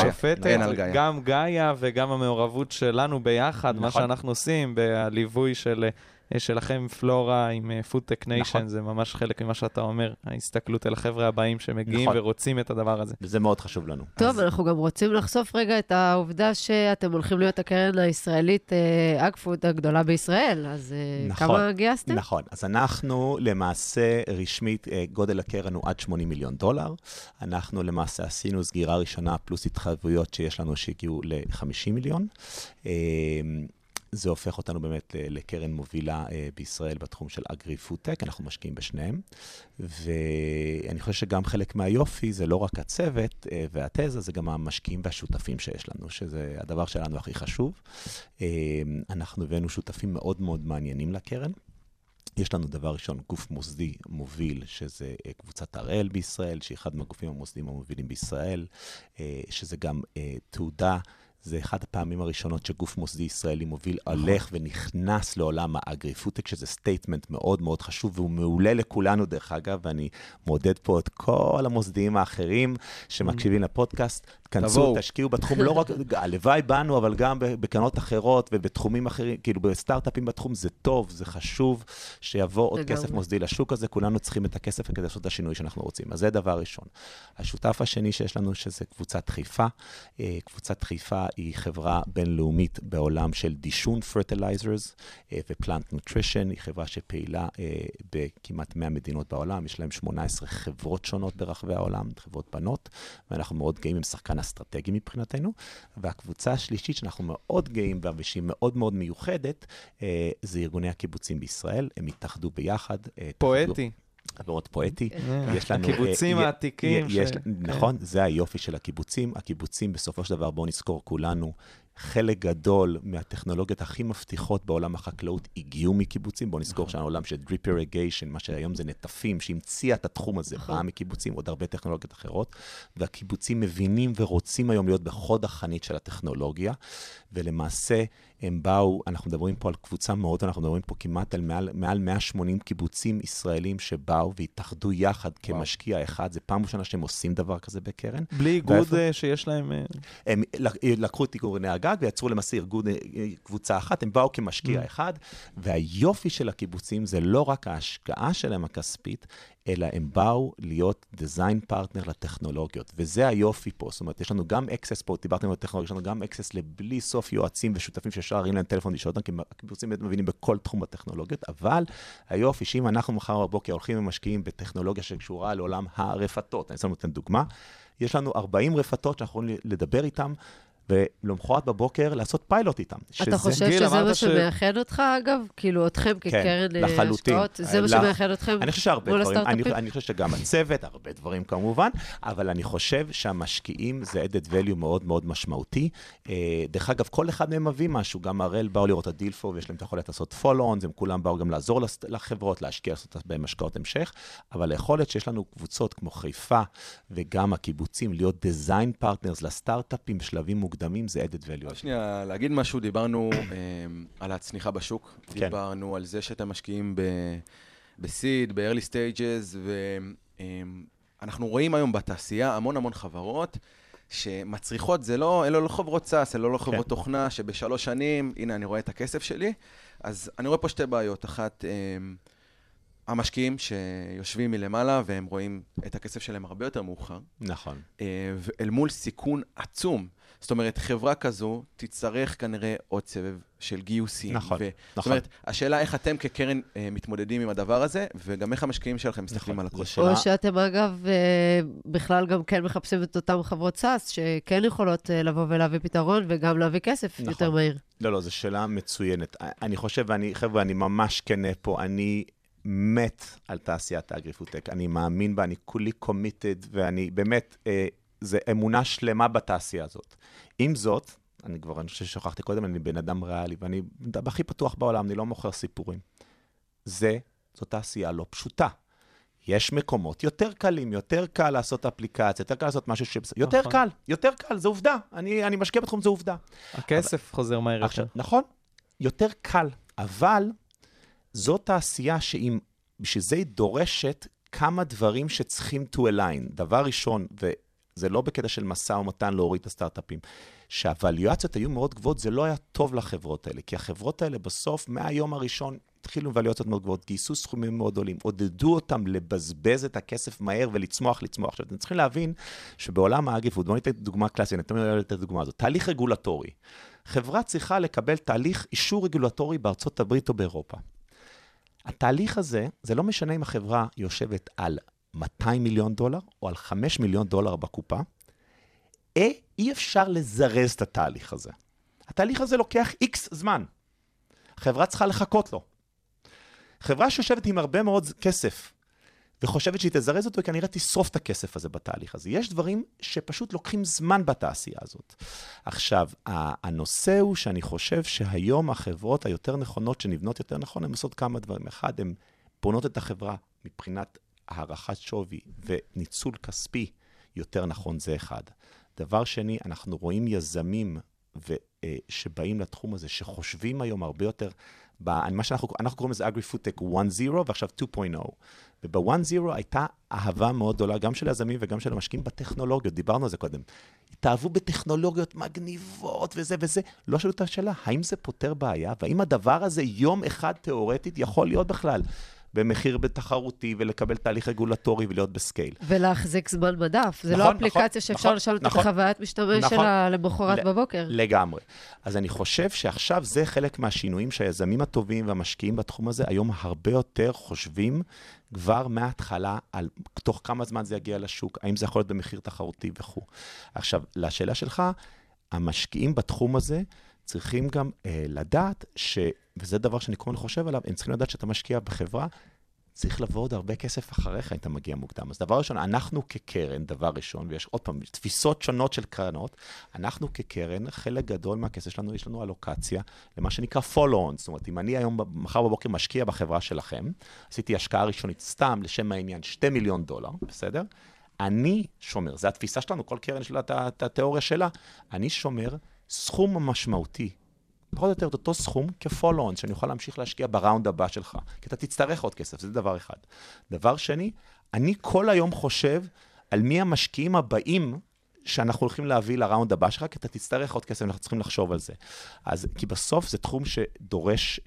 גם גיא וגם המעורבות שלנו ביחד, מה שאנחנו עושים, בליווי שלכם פלורה עם פודטק ניישן, זה ממש חלק ממה שאתה אומר, ההסתכלות אל החבר'ה הבאים שמגיעים ורוצים את הדבר הזה. וזה מאוד חשוב לנו. טוב, אנחנו גם רוצים לחשוף רגע את העובדה שאתם הולכים להיות הקרן הישראלית אגפוד הגדולה בישראל, אז כמה גייסתם? נכון, אז אנחנו למעשה רשמית, גודל הקרן הוא עד $80 מיליון. אנחנו למעשה עשינו סגירה ראשונה פלוס התחייבויות שיש לנו שהגיעו ל$50 מיליון. זה הופך אותנו באמת לקרן מובילה בישראל בתחום של אגרי-פודטק, אנחנו משקיעים בשניהם, ואני חושב שגם חלק מהיופי זה לא רק הצוות והתזה, זה גם המשקיעים והשותפים שיש לנו, שזה הדבר שלנו הכי חשוב. אנחנו הבאנו שותפים מאוד מאוד מעניינים לקרן. יש לנו דבר ראשון, גוף מוסדי מוביל, שזה קבוצת הראל בישראל, שהיא אחד מהגופים המוסדיים המובילים בישראל, שזה גם תעודה, זה אחד הפעמים הראשונות שגוף מוסדי ישראלי מוביל הולך ונכנס לעולם האגרי-פודטק, שזה סטייטמנט מאוד מאוד חשוב, והוא מעולה לכולנו דרך אגב, ואני מעודד פה את כל המוסדיים האחרים שמקשיבים לפודקאסט, תכנסו, תשקיעו בתחום, לא רק, הלוואי בנו, אבל גם בקרנות אחרות ובתחומים אחרים, כאילו בסטארט-אפים בתחום, זה טוב, זה חשוב, שיבוא עוד כסף מוסדי לשוק הזה, כולנו צריכים את הכסף כדי לעשות את השינוי שאנחנו רוצים. אז זה דבר ראשון. השותף השני שיש לנו, שזה קבוצת חיפה. קבוצת חיפה היא חברה בינלאומית בעולם של דישון פרטילייזרס ופלנט נוטרישן, היא חברה שפעילה בכמעט 100 מדינות בעולם, יש להם 18 חברות שונות ברחבי העולם, חברות בנות, ואנחנו מאוד גאים עם שחקן אסטרטגי מבחינתנו, והקבוצה השלישית שאנחנו מאוד גאים בה, ושהיא מאוד מאוד מיוחדת, זה ארגוני הקיבוצים בישראל, הם התאחדו ביחד. פואטי. עבורות פואטי. הקיבוצים העתיקים. נכון, זה היופי של הקיבוצים. הקיבוצים בסופו של דבר, בואו נזכור כולנו, חלק גדול מהטכנולוגיות הכי מבטיחות בעולם החקלאות הגיעו מקיבוצים. בואו נזכור שהעולם של דריפ איריגיישן, מה שהיום זה נטפים, שהמציאה את התחום הזה, באה מקיבוצים, עוד הרבה טכנולוגיות אחרות, והקיבוצים מבינים ורוצים היום להיות בחוד החנית של הטכנולוגיה, ולמעשה הם באו, אנחנו מדברים פה על קבוצה מאוד, אנחנו מדברים פה כמעט על מעל 180 קיבוצים ישראלים שבאו והתאחדו יחד כמשקיע אחד, זה פעם ראשונה שהם עושים דבר כזה בקרן. בלי איגוד שיש להם... הם לקחו את ארגוני הגג ויצרו למעשה ארגון קבוצה אחת, הם באו כמשקיע אחד, והיופי של הקיבוצים זה לא רק ההשקעה שלהם הכספית, אלא הם באו להיות דיזיין פרטנר לטכנולוגיות, וזה היופי פה, זאת אומרת, יש לנו גם אקסס פה, דיברתם על טכנולוגיה, יש לנו גם אקסס לבלי סוף יועצים ושותפים שאפשר להרים להם טלפון לשאול אותם, כי הקיבוצים מבינים בכל תחום הטכנולוגיות, אבל היופי, שאם אנחנו מחר בבוקר הולכים ומשקיעים בטכנולוגיה שקשורה לעולם הרפתות, אני אתן לכם דוגמה, יש לנו 40 רפתות שאנחנו יכולים לדבר איתם, ולמחרת בבוקר לעשות פיילוט איתם. אתה חושב שזה מה שמאחד אותך, אגב? כאילו, אתכם כקרן להשקעות, זה מה שמאחד אתכם מול הסטארט-אפים? אני חושב שגם הצוות, הרבה דברים כמובן, אבל אני חושב שהמשקיעים זה added value מאוד מאוד משמעותי. דרך אגב, כל אחד מהם מביא משהו, גם הראל באו לראות את הדילפו, ויש להם את היכולת לעשות follow-ons, הם כולם באו גם לעזור לחברות, להשקיע, לעשות בהם השקעות המשך, אבל היכולת שיש לנו קבוצות כמו חיפה, וגם הקיבוצים, להיות design partners לסטארט-אפים בשלבים מוקדמים, זה added value. שנייה, להגיד משהו, דיברנו על הצניחה בשוק, דיברנו על זה שאתם משקיעים בסיד, ב-early stages, ואנחנו רואים היום בתעשייה המון חברות, שמצריכות, אלה לא חברות סאס, אלה לא חברות תוכנה, שב3 שנים, הנה אני רואה את הכסף שלי, אז אני רואה פה שתי בעיות, אחת, המשקיעים שיושבים מלמעלה, והם רואים את הכסף שלהם הרבה יותר מאוחר. נכון. אל מול סיכון עצום, זאת אומרת, חברה כזו תצטרך כנראה עוד סבב של גיוסים. נכון, זאת אומרת, השאלה איך אתם כקרן מתמודדים עם הדבר הזה, וגם איך המשקיעים שלכם מסתכלים על הכל. או שאתם אגב, בכלל גם כן מחפשים את אותם חברות סאס, שכן יכולות לבוא ולהביא פתרון, וגם להביא כסף יותר מהיר. לא, זו שאלה מצוינת. אני חושב, חבר'ה, אני ממש כנה פה, אני מת על תעשיית האגרי-פודטק. אני מאמין בה, אני כולי קומיטד, ואני באמת... זה אמונה שלמה בתעשייה הזאת. עם זאת, אני חושב ששכחתי קודם, אני בן אדם ריאלי, ואני הכי פתוח בעולם, אני לא מוכר סיפורים. זו תעשייה לא פשוטה. יש מקומות יותר קלים, יותר קל לעשות אפליקציה, יותר קל לעשות משהו יותר קל, זה עובדה. אני משקיע בתחום, זה עובדה. הכסף חוזר מהר יותר. נכון, יותר קל, אבל זו תעשייה בשביל זה היא דורשת כמה דברים שצריכים to align. דבר ראשון, זה לא בקטע של מסע ומתן להוריד את הסטארט-אפים. שהוואליואציות היו מאוד גבוהות, זה לא היה טוב לחברות האלה, כי החברות האלה בסוף, מהיום הראשון, התחילו וואליואציות מאוד גבוהות, גייסו סכומים מאוד עולים, עודדו אותם לבזבז את הכסף מהר ולצמוח. עכשיו, אתם צריכים להבין שבעולם האגרי-פוד, בואו ניתן דוגמה קלאסית, אני תמיד אוהב את הדוגמה הזאת, תהליך רגולטורי. חברה צריכה לקבל תהליך אישור רגולטורי בארצות הברית או באירופה. התהליך הזה, זה לא משנה אם החברה יושבת על $200 מיליון או על $5 מיליון בקופה, אי אפשר לזרז את התהליך הזה. התהליך הזה לוקח X זמן. חברה צריכה לחכות לו. חברה שיושבת עם הרבה מאוד כסף, וחושבת שהיא תזרז אותו, כנראה תשרוף את הכסף הזה בתהליך הזה. יש דברים שפשוט לוקחים זמן בתעשייה הזאת. עכשיו, הנושא הוא שאני חושב שהיום החברות היותר נכונות, שנבנות יותר נכון, הן עושות כמה דברים. אחד, הן בונות את החברה מבחינת הערכת שווי וניצול כספי יותר נכון, זה אחד. דבר שני, אנחנו רואים יזמים שבאים לתחום הזה, שחושבים היום הרבה יותר, מה שאנחנו קוראים לזה אגרי-פודטק 1.0 ועכשיו 2.0. וב-1.0 הייתה אהבה מאוד גדולה, גם של היזמים וגם של המשקיעים בטכנולוגיות, דיברנו על זה קודם. התאהבו בטכנולוגיות מגניבות וזה וזה, לא שאלו את השאלה, האם זה פותר בעיה, והאם הדבר הזה יום אחד תיאורטית יכול להיות בכלל במחיר בתחרותי ולקבל תהליך רגולטורי ולהיות בסקייל. ולהחזיק זמן מדף. זה לא אפליקציה שאפשר לשנות את החוויית משתמש שלה למחרת בבוקר. לגמרי. אז אני חושב שעכשיו זה חלק מהשינויים שהיזמים הטובים והמשקיעים בתחום הזה היום הרבה יותר חושבים כבר מההתחלה על תוך כמה זמן זה יגיע לשוק, האם זה יכול להיות במחיר תחרותי וכו'. עכשיו, לשאלה שלך, המשקיעים בתחום הזה צריכים גם לדעת וזה דבר שאני כל הזמן חושב עליו, הם צריכים לדעת שאתה משקיע בחברה, צריך לבוא עוד הרבה כסף אחריך אם אתה מגיע מוקדם. אז דבר ראשון, אנחנו כקרן, דבר ראשון, ויש עוד פעם תפיסות שונות של קרנות, אנחנו כקרן, חלק גדול מהכסף שלנו, יש לנו אלוקציה למה שנקרא follow-on. זאת אומרת, אם אני היום, מחר בבוקר משקיע בחברה שלכם, עשיתי השקעה ראשונית סתם לשם העניין $2 מיליון, בסדר? אני שומר, זו התפיסה שלנו, כל קרן שלה, את התיאוריה שלה, אני שומר סכום משמעותי, פחות או יותר את אותו סכום כפולו-און, שאני אוכל להמשיך להשקיע בראונד הבא שלך, כי אתה תצטרך עוד כסף, זה דבר אחד. דבר שני, אני כל היום חושב על מי המשקיעים הבאים שאנחנו הולכים להביא לראונד הבא שלך, כי אתה תצטרך עוד כסף, אנחנו צריכים לחשוב על זה. אז, כי בסוף זה תחום שדורש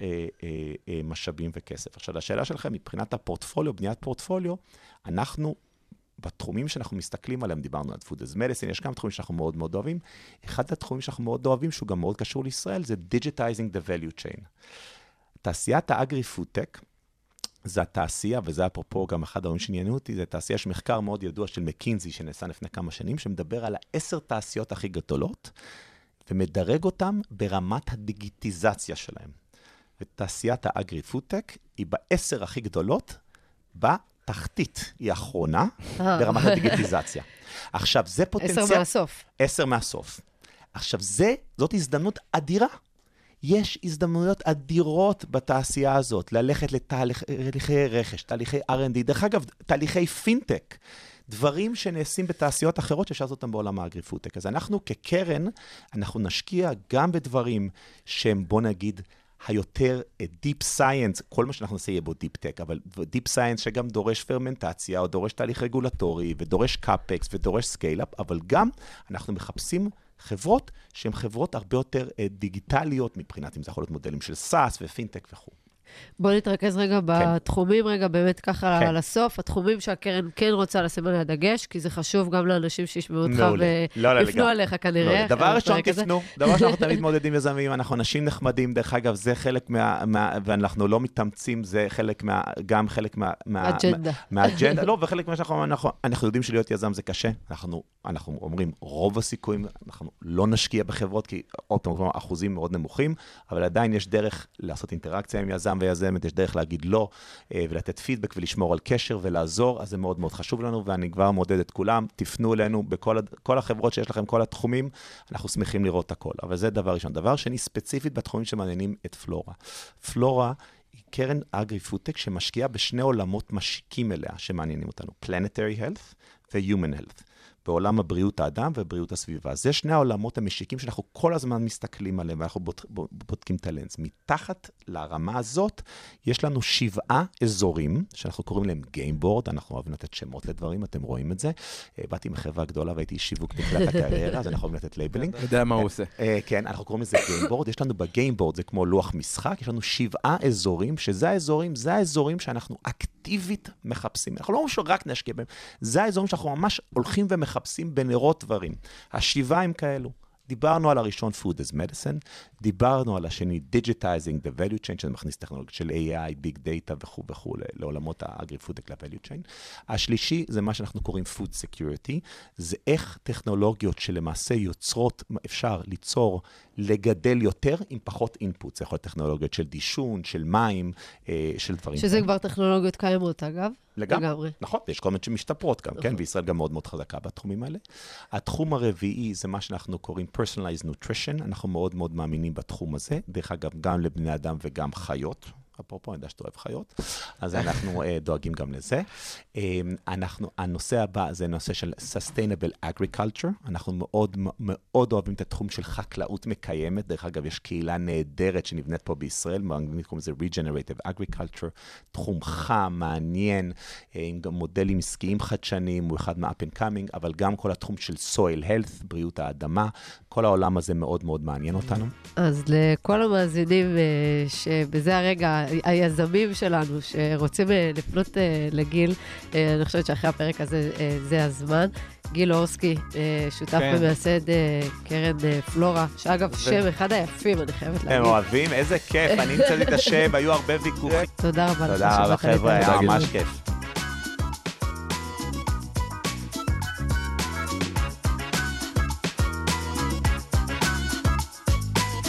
משאבים וכסף. עכשיו, השאלה שלכם, מבחינת הפורטפוליו, בניית פורטפוליו, אנחנו בתחומים שאנחנו מסתכלים עליהם, דיברנו על food as medicine, יש כמה תחומים שאנחנו מאוד מאוד אוהבים. אחד התחומים שאנחנו מאוד אוהבים, שהוא גם מאוד קשור לישראל, זה digitizing the value chain. תעשיית האגרי-פודטק, זה התעשייה, וזה אפרופו גם אחד הדברים שעניינו אותי, זה תעשייה של מחקר מאוד ידוע של מקינזי, שנעשה לפני כמה שנים, שמדבר על 10 תעשיות הכי גדולות, ומדרג אותם ברמת הדיגיטיזציה שלהם. ותעשיית האגרי-פודטק היא ב10 הכי גדולות, תחתית היא האחרונה ברמת הדיגיטיזציה. עכשיו, זה פוטנציאל... 10 מהסוף. 10 מהסוף. עכשיו, זאת הזדמנות אדירה. יש הזדמנויות אדירות בתעשייה הזאת, ללכת לתהליכי רכש, תהליכי R&D, דרך אגב, תהליכי פינטק, דברים שנעשים בתעשיות אחרות שאפשר לעשות אותם בעולם האגרי-פודטק. אז אנחנו כקרן, אנחנו נשקיע גם בדברים שהם, בוא נגיד, היותר Deep Science, כל מה שאנחנו נעשה יהיה בו Deep Tech, אבל Deep Science שגם דורש פרמנטציה, או דורש תהליך רגולטורי, ודורש קאפקס, ודורש סקייל-אפ, אבל גם אנחנו מחפשים חברות שהן חברות הרבה יותר דיגיטליות, מבחינת אם זה יכול להיות מודלים של SaaS ופינטק וכו'. בוא נתרכז רגע בתחומים, רגע באמת ככה לסוף, התחומים שהקרן כן רוצה לשים עליה דגש, כי זה חשוב גם לאנשים שישמעו אותך ויפנו עליך כנראה. דבר ראשון תפנו, דבר שאנחנו תמיד מעודדים יזמים, אנחנו אנשים נחמדים, דרך אגב, זה חלק ואנחנו לא מתאמצים, זה גם חלק מהאג'נדה, לא, וחלק מה אנחנו יודעים שלהיות יזם זה קשה, אנחנו אומרים, רוב הסיכויים, אנחנו לא נשקיע בחברות, כי עוד פעם, אחוזים מאוד נמוכים, אבל עדיין יש דרך לעשות אינטראקציה עם יזם ויזמת, יש דרך להגיד לא, ולתת פידבק ולשמור על קשר ולעזור, אז זה מאוד מאוד חשוב לנו, ואני כבר מעודד את כולם, תפנו אלינו בכל החברות שיש לכם, כל התחומים, אנחנו שמחים לראות הכל, אבל זה דבר ראשון. דבר שני, ספציפית בתחומים שמעניינים את פלורה. פלורה היא קרן אגרי-פודטק שמשקיעה בשני עולמות משיקים אליה, שמעניינים אותנו, Planetary Health ו-Human Health. בעולם הבריאות האדם ובריאות הסביבה. זה שני העולמות המשיקים שאנחנו כל הזמן מסתכלים עליהם, ואנחנו בודקים את הלנס. מתחת לרמה הזאת, יש לנו 7 אזורים, שאנחנו קוראים להם גיימבורד, אנחנו אוהבים לתת שמות לדברים, אתם רואים את זה. באתי מחברה גדולה והייתי שיווק תקלת הקריירה, אז אנחנו אוהבים לתת לייבלינג. יודע מה הוא עושה. כן, אנחנו קוראים לזה גיימבורד. יש לנו בגיימבורד, זה כמו לוח משחק, יש לנו 7 אזורים, שזה האזורים שאנחנו אקטיבית מחפשים. אנחנו לא אומרים שרק נשקיע בהם, זה האזורים שאנחנו ממש הולכים ומחפשים בנרות דברים. 7 הם כאלו. דיברנו על הראשון food as medicine, דיברנו על השני digitizing the value chain, שזה מכניס טכנולוגיות של AI, big data וכו' וכו', לעולמות האגרי-פודטק ל-value chain. השלישי זה מה שאנחנו קוראים food security, זה איך טכנולוגיות שלמעשה יוצרות, אפשר ליצור לגדל יותר עם פחות אינפוט. זה יכול להיות טכנולוגיות של דישון, של מים, של דברים. שזה כבר טכנולוגיות קיימות, אגב. לגמרי. נכון, יש כל מיני שמשתפרות גם, כן? וישראל גם מאוד מאוד חזקה בתחומים האלה. התחום הרביעי זה מה שאנחנו קוראים personalized nutrition. אנחנו מאוד מאוד מאמינים בתחום הזה. דרך אגב, גם לבני אדם וגם חיות. אפרופו, אני יודע שאתה אוהב חיות, אז אנחנו דואגים גם לזה. הנושא הבא זה נושא של Sustainable Agriculture. אנחנו מאוד מאוד אוהבים את התחום של חקלאות מקיימת. דרך אגב, יש קהילה נהדרת שנבנית פה בישראל, באנגלית קוראים לזה Regenerative Agriculture, תחום חם, מעניין, עם גם מודלים עסקיים חדשניים, הוא אחד מה-up and coming, אבל גם כל התחום של Soil Health, בריאות האדמה, כל העולם הזה מאוד מאוד מעניין אותנו. אז לכל המאזינים שבזה הרגע, היזמים שלנו שרוצים לפנות לגיל, אני חושבת שאחרי הפרק הזה זה הזמן. גיל אורסקי, שותף ומייסד קרן פלורה, שאגב שם אחד היפים, אני חייבת להגיד. הם אוהבים, איזה כיף, אני נמצאתי את השם, היו הרבה ויכוחים. תודה רבה. תודה רבה חבר'ה, היה ממש כיף.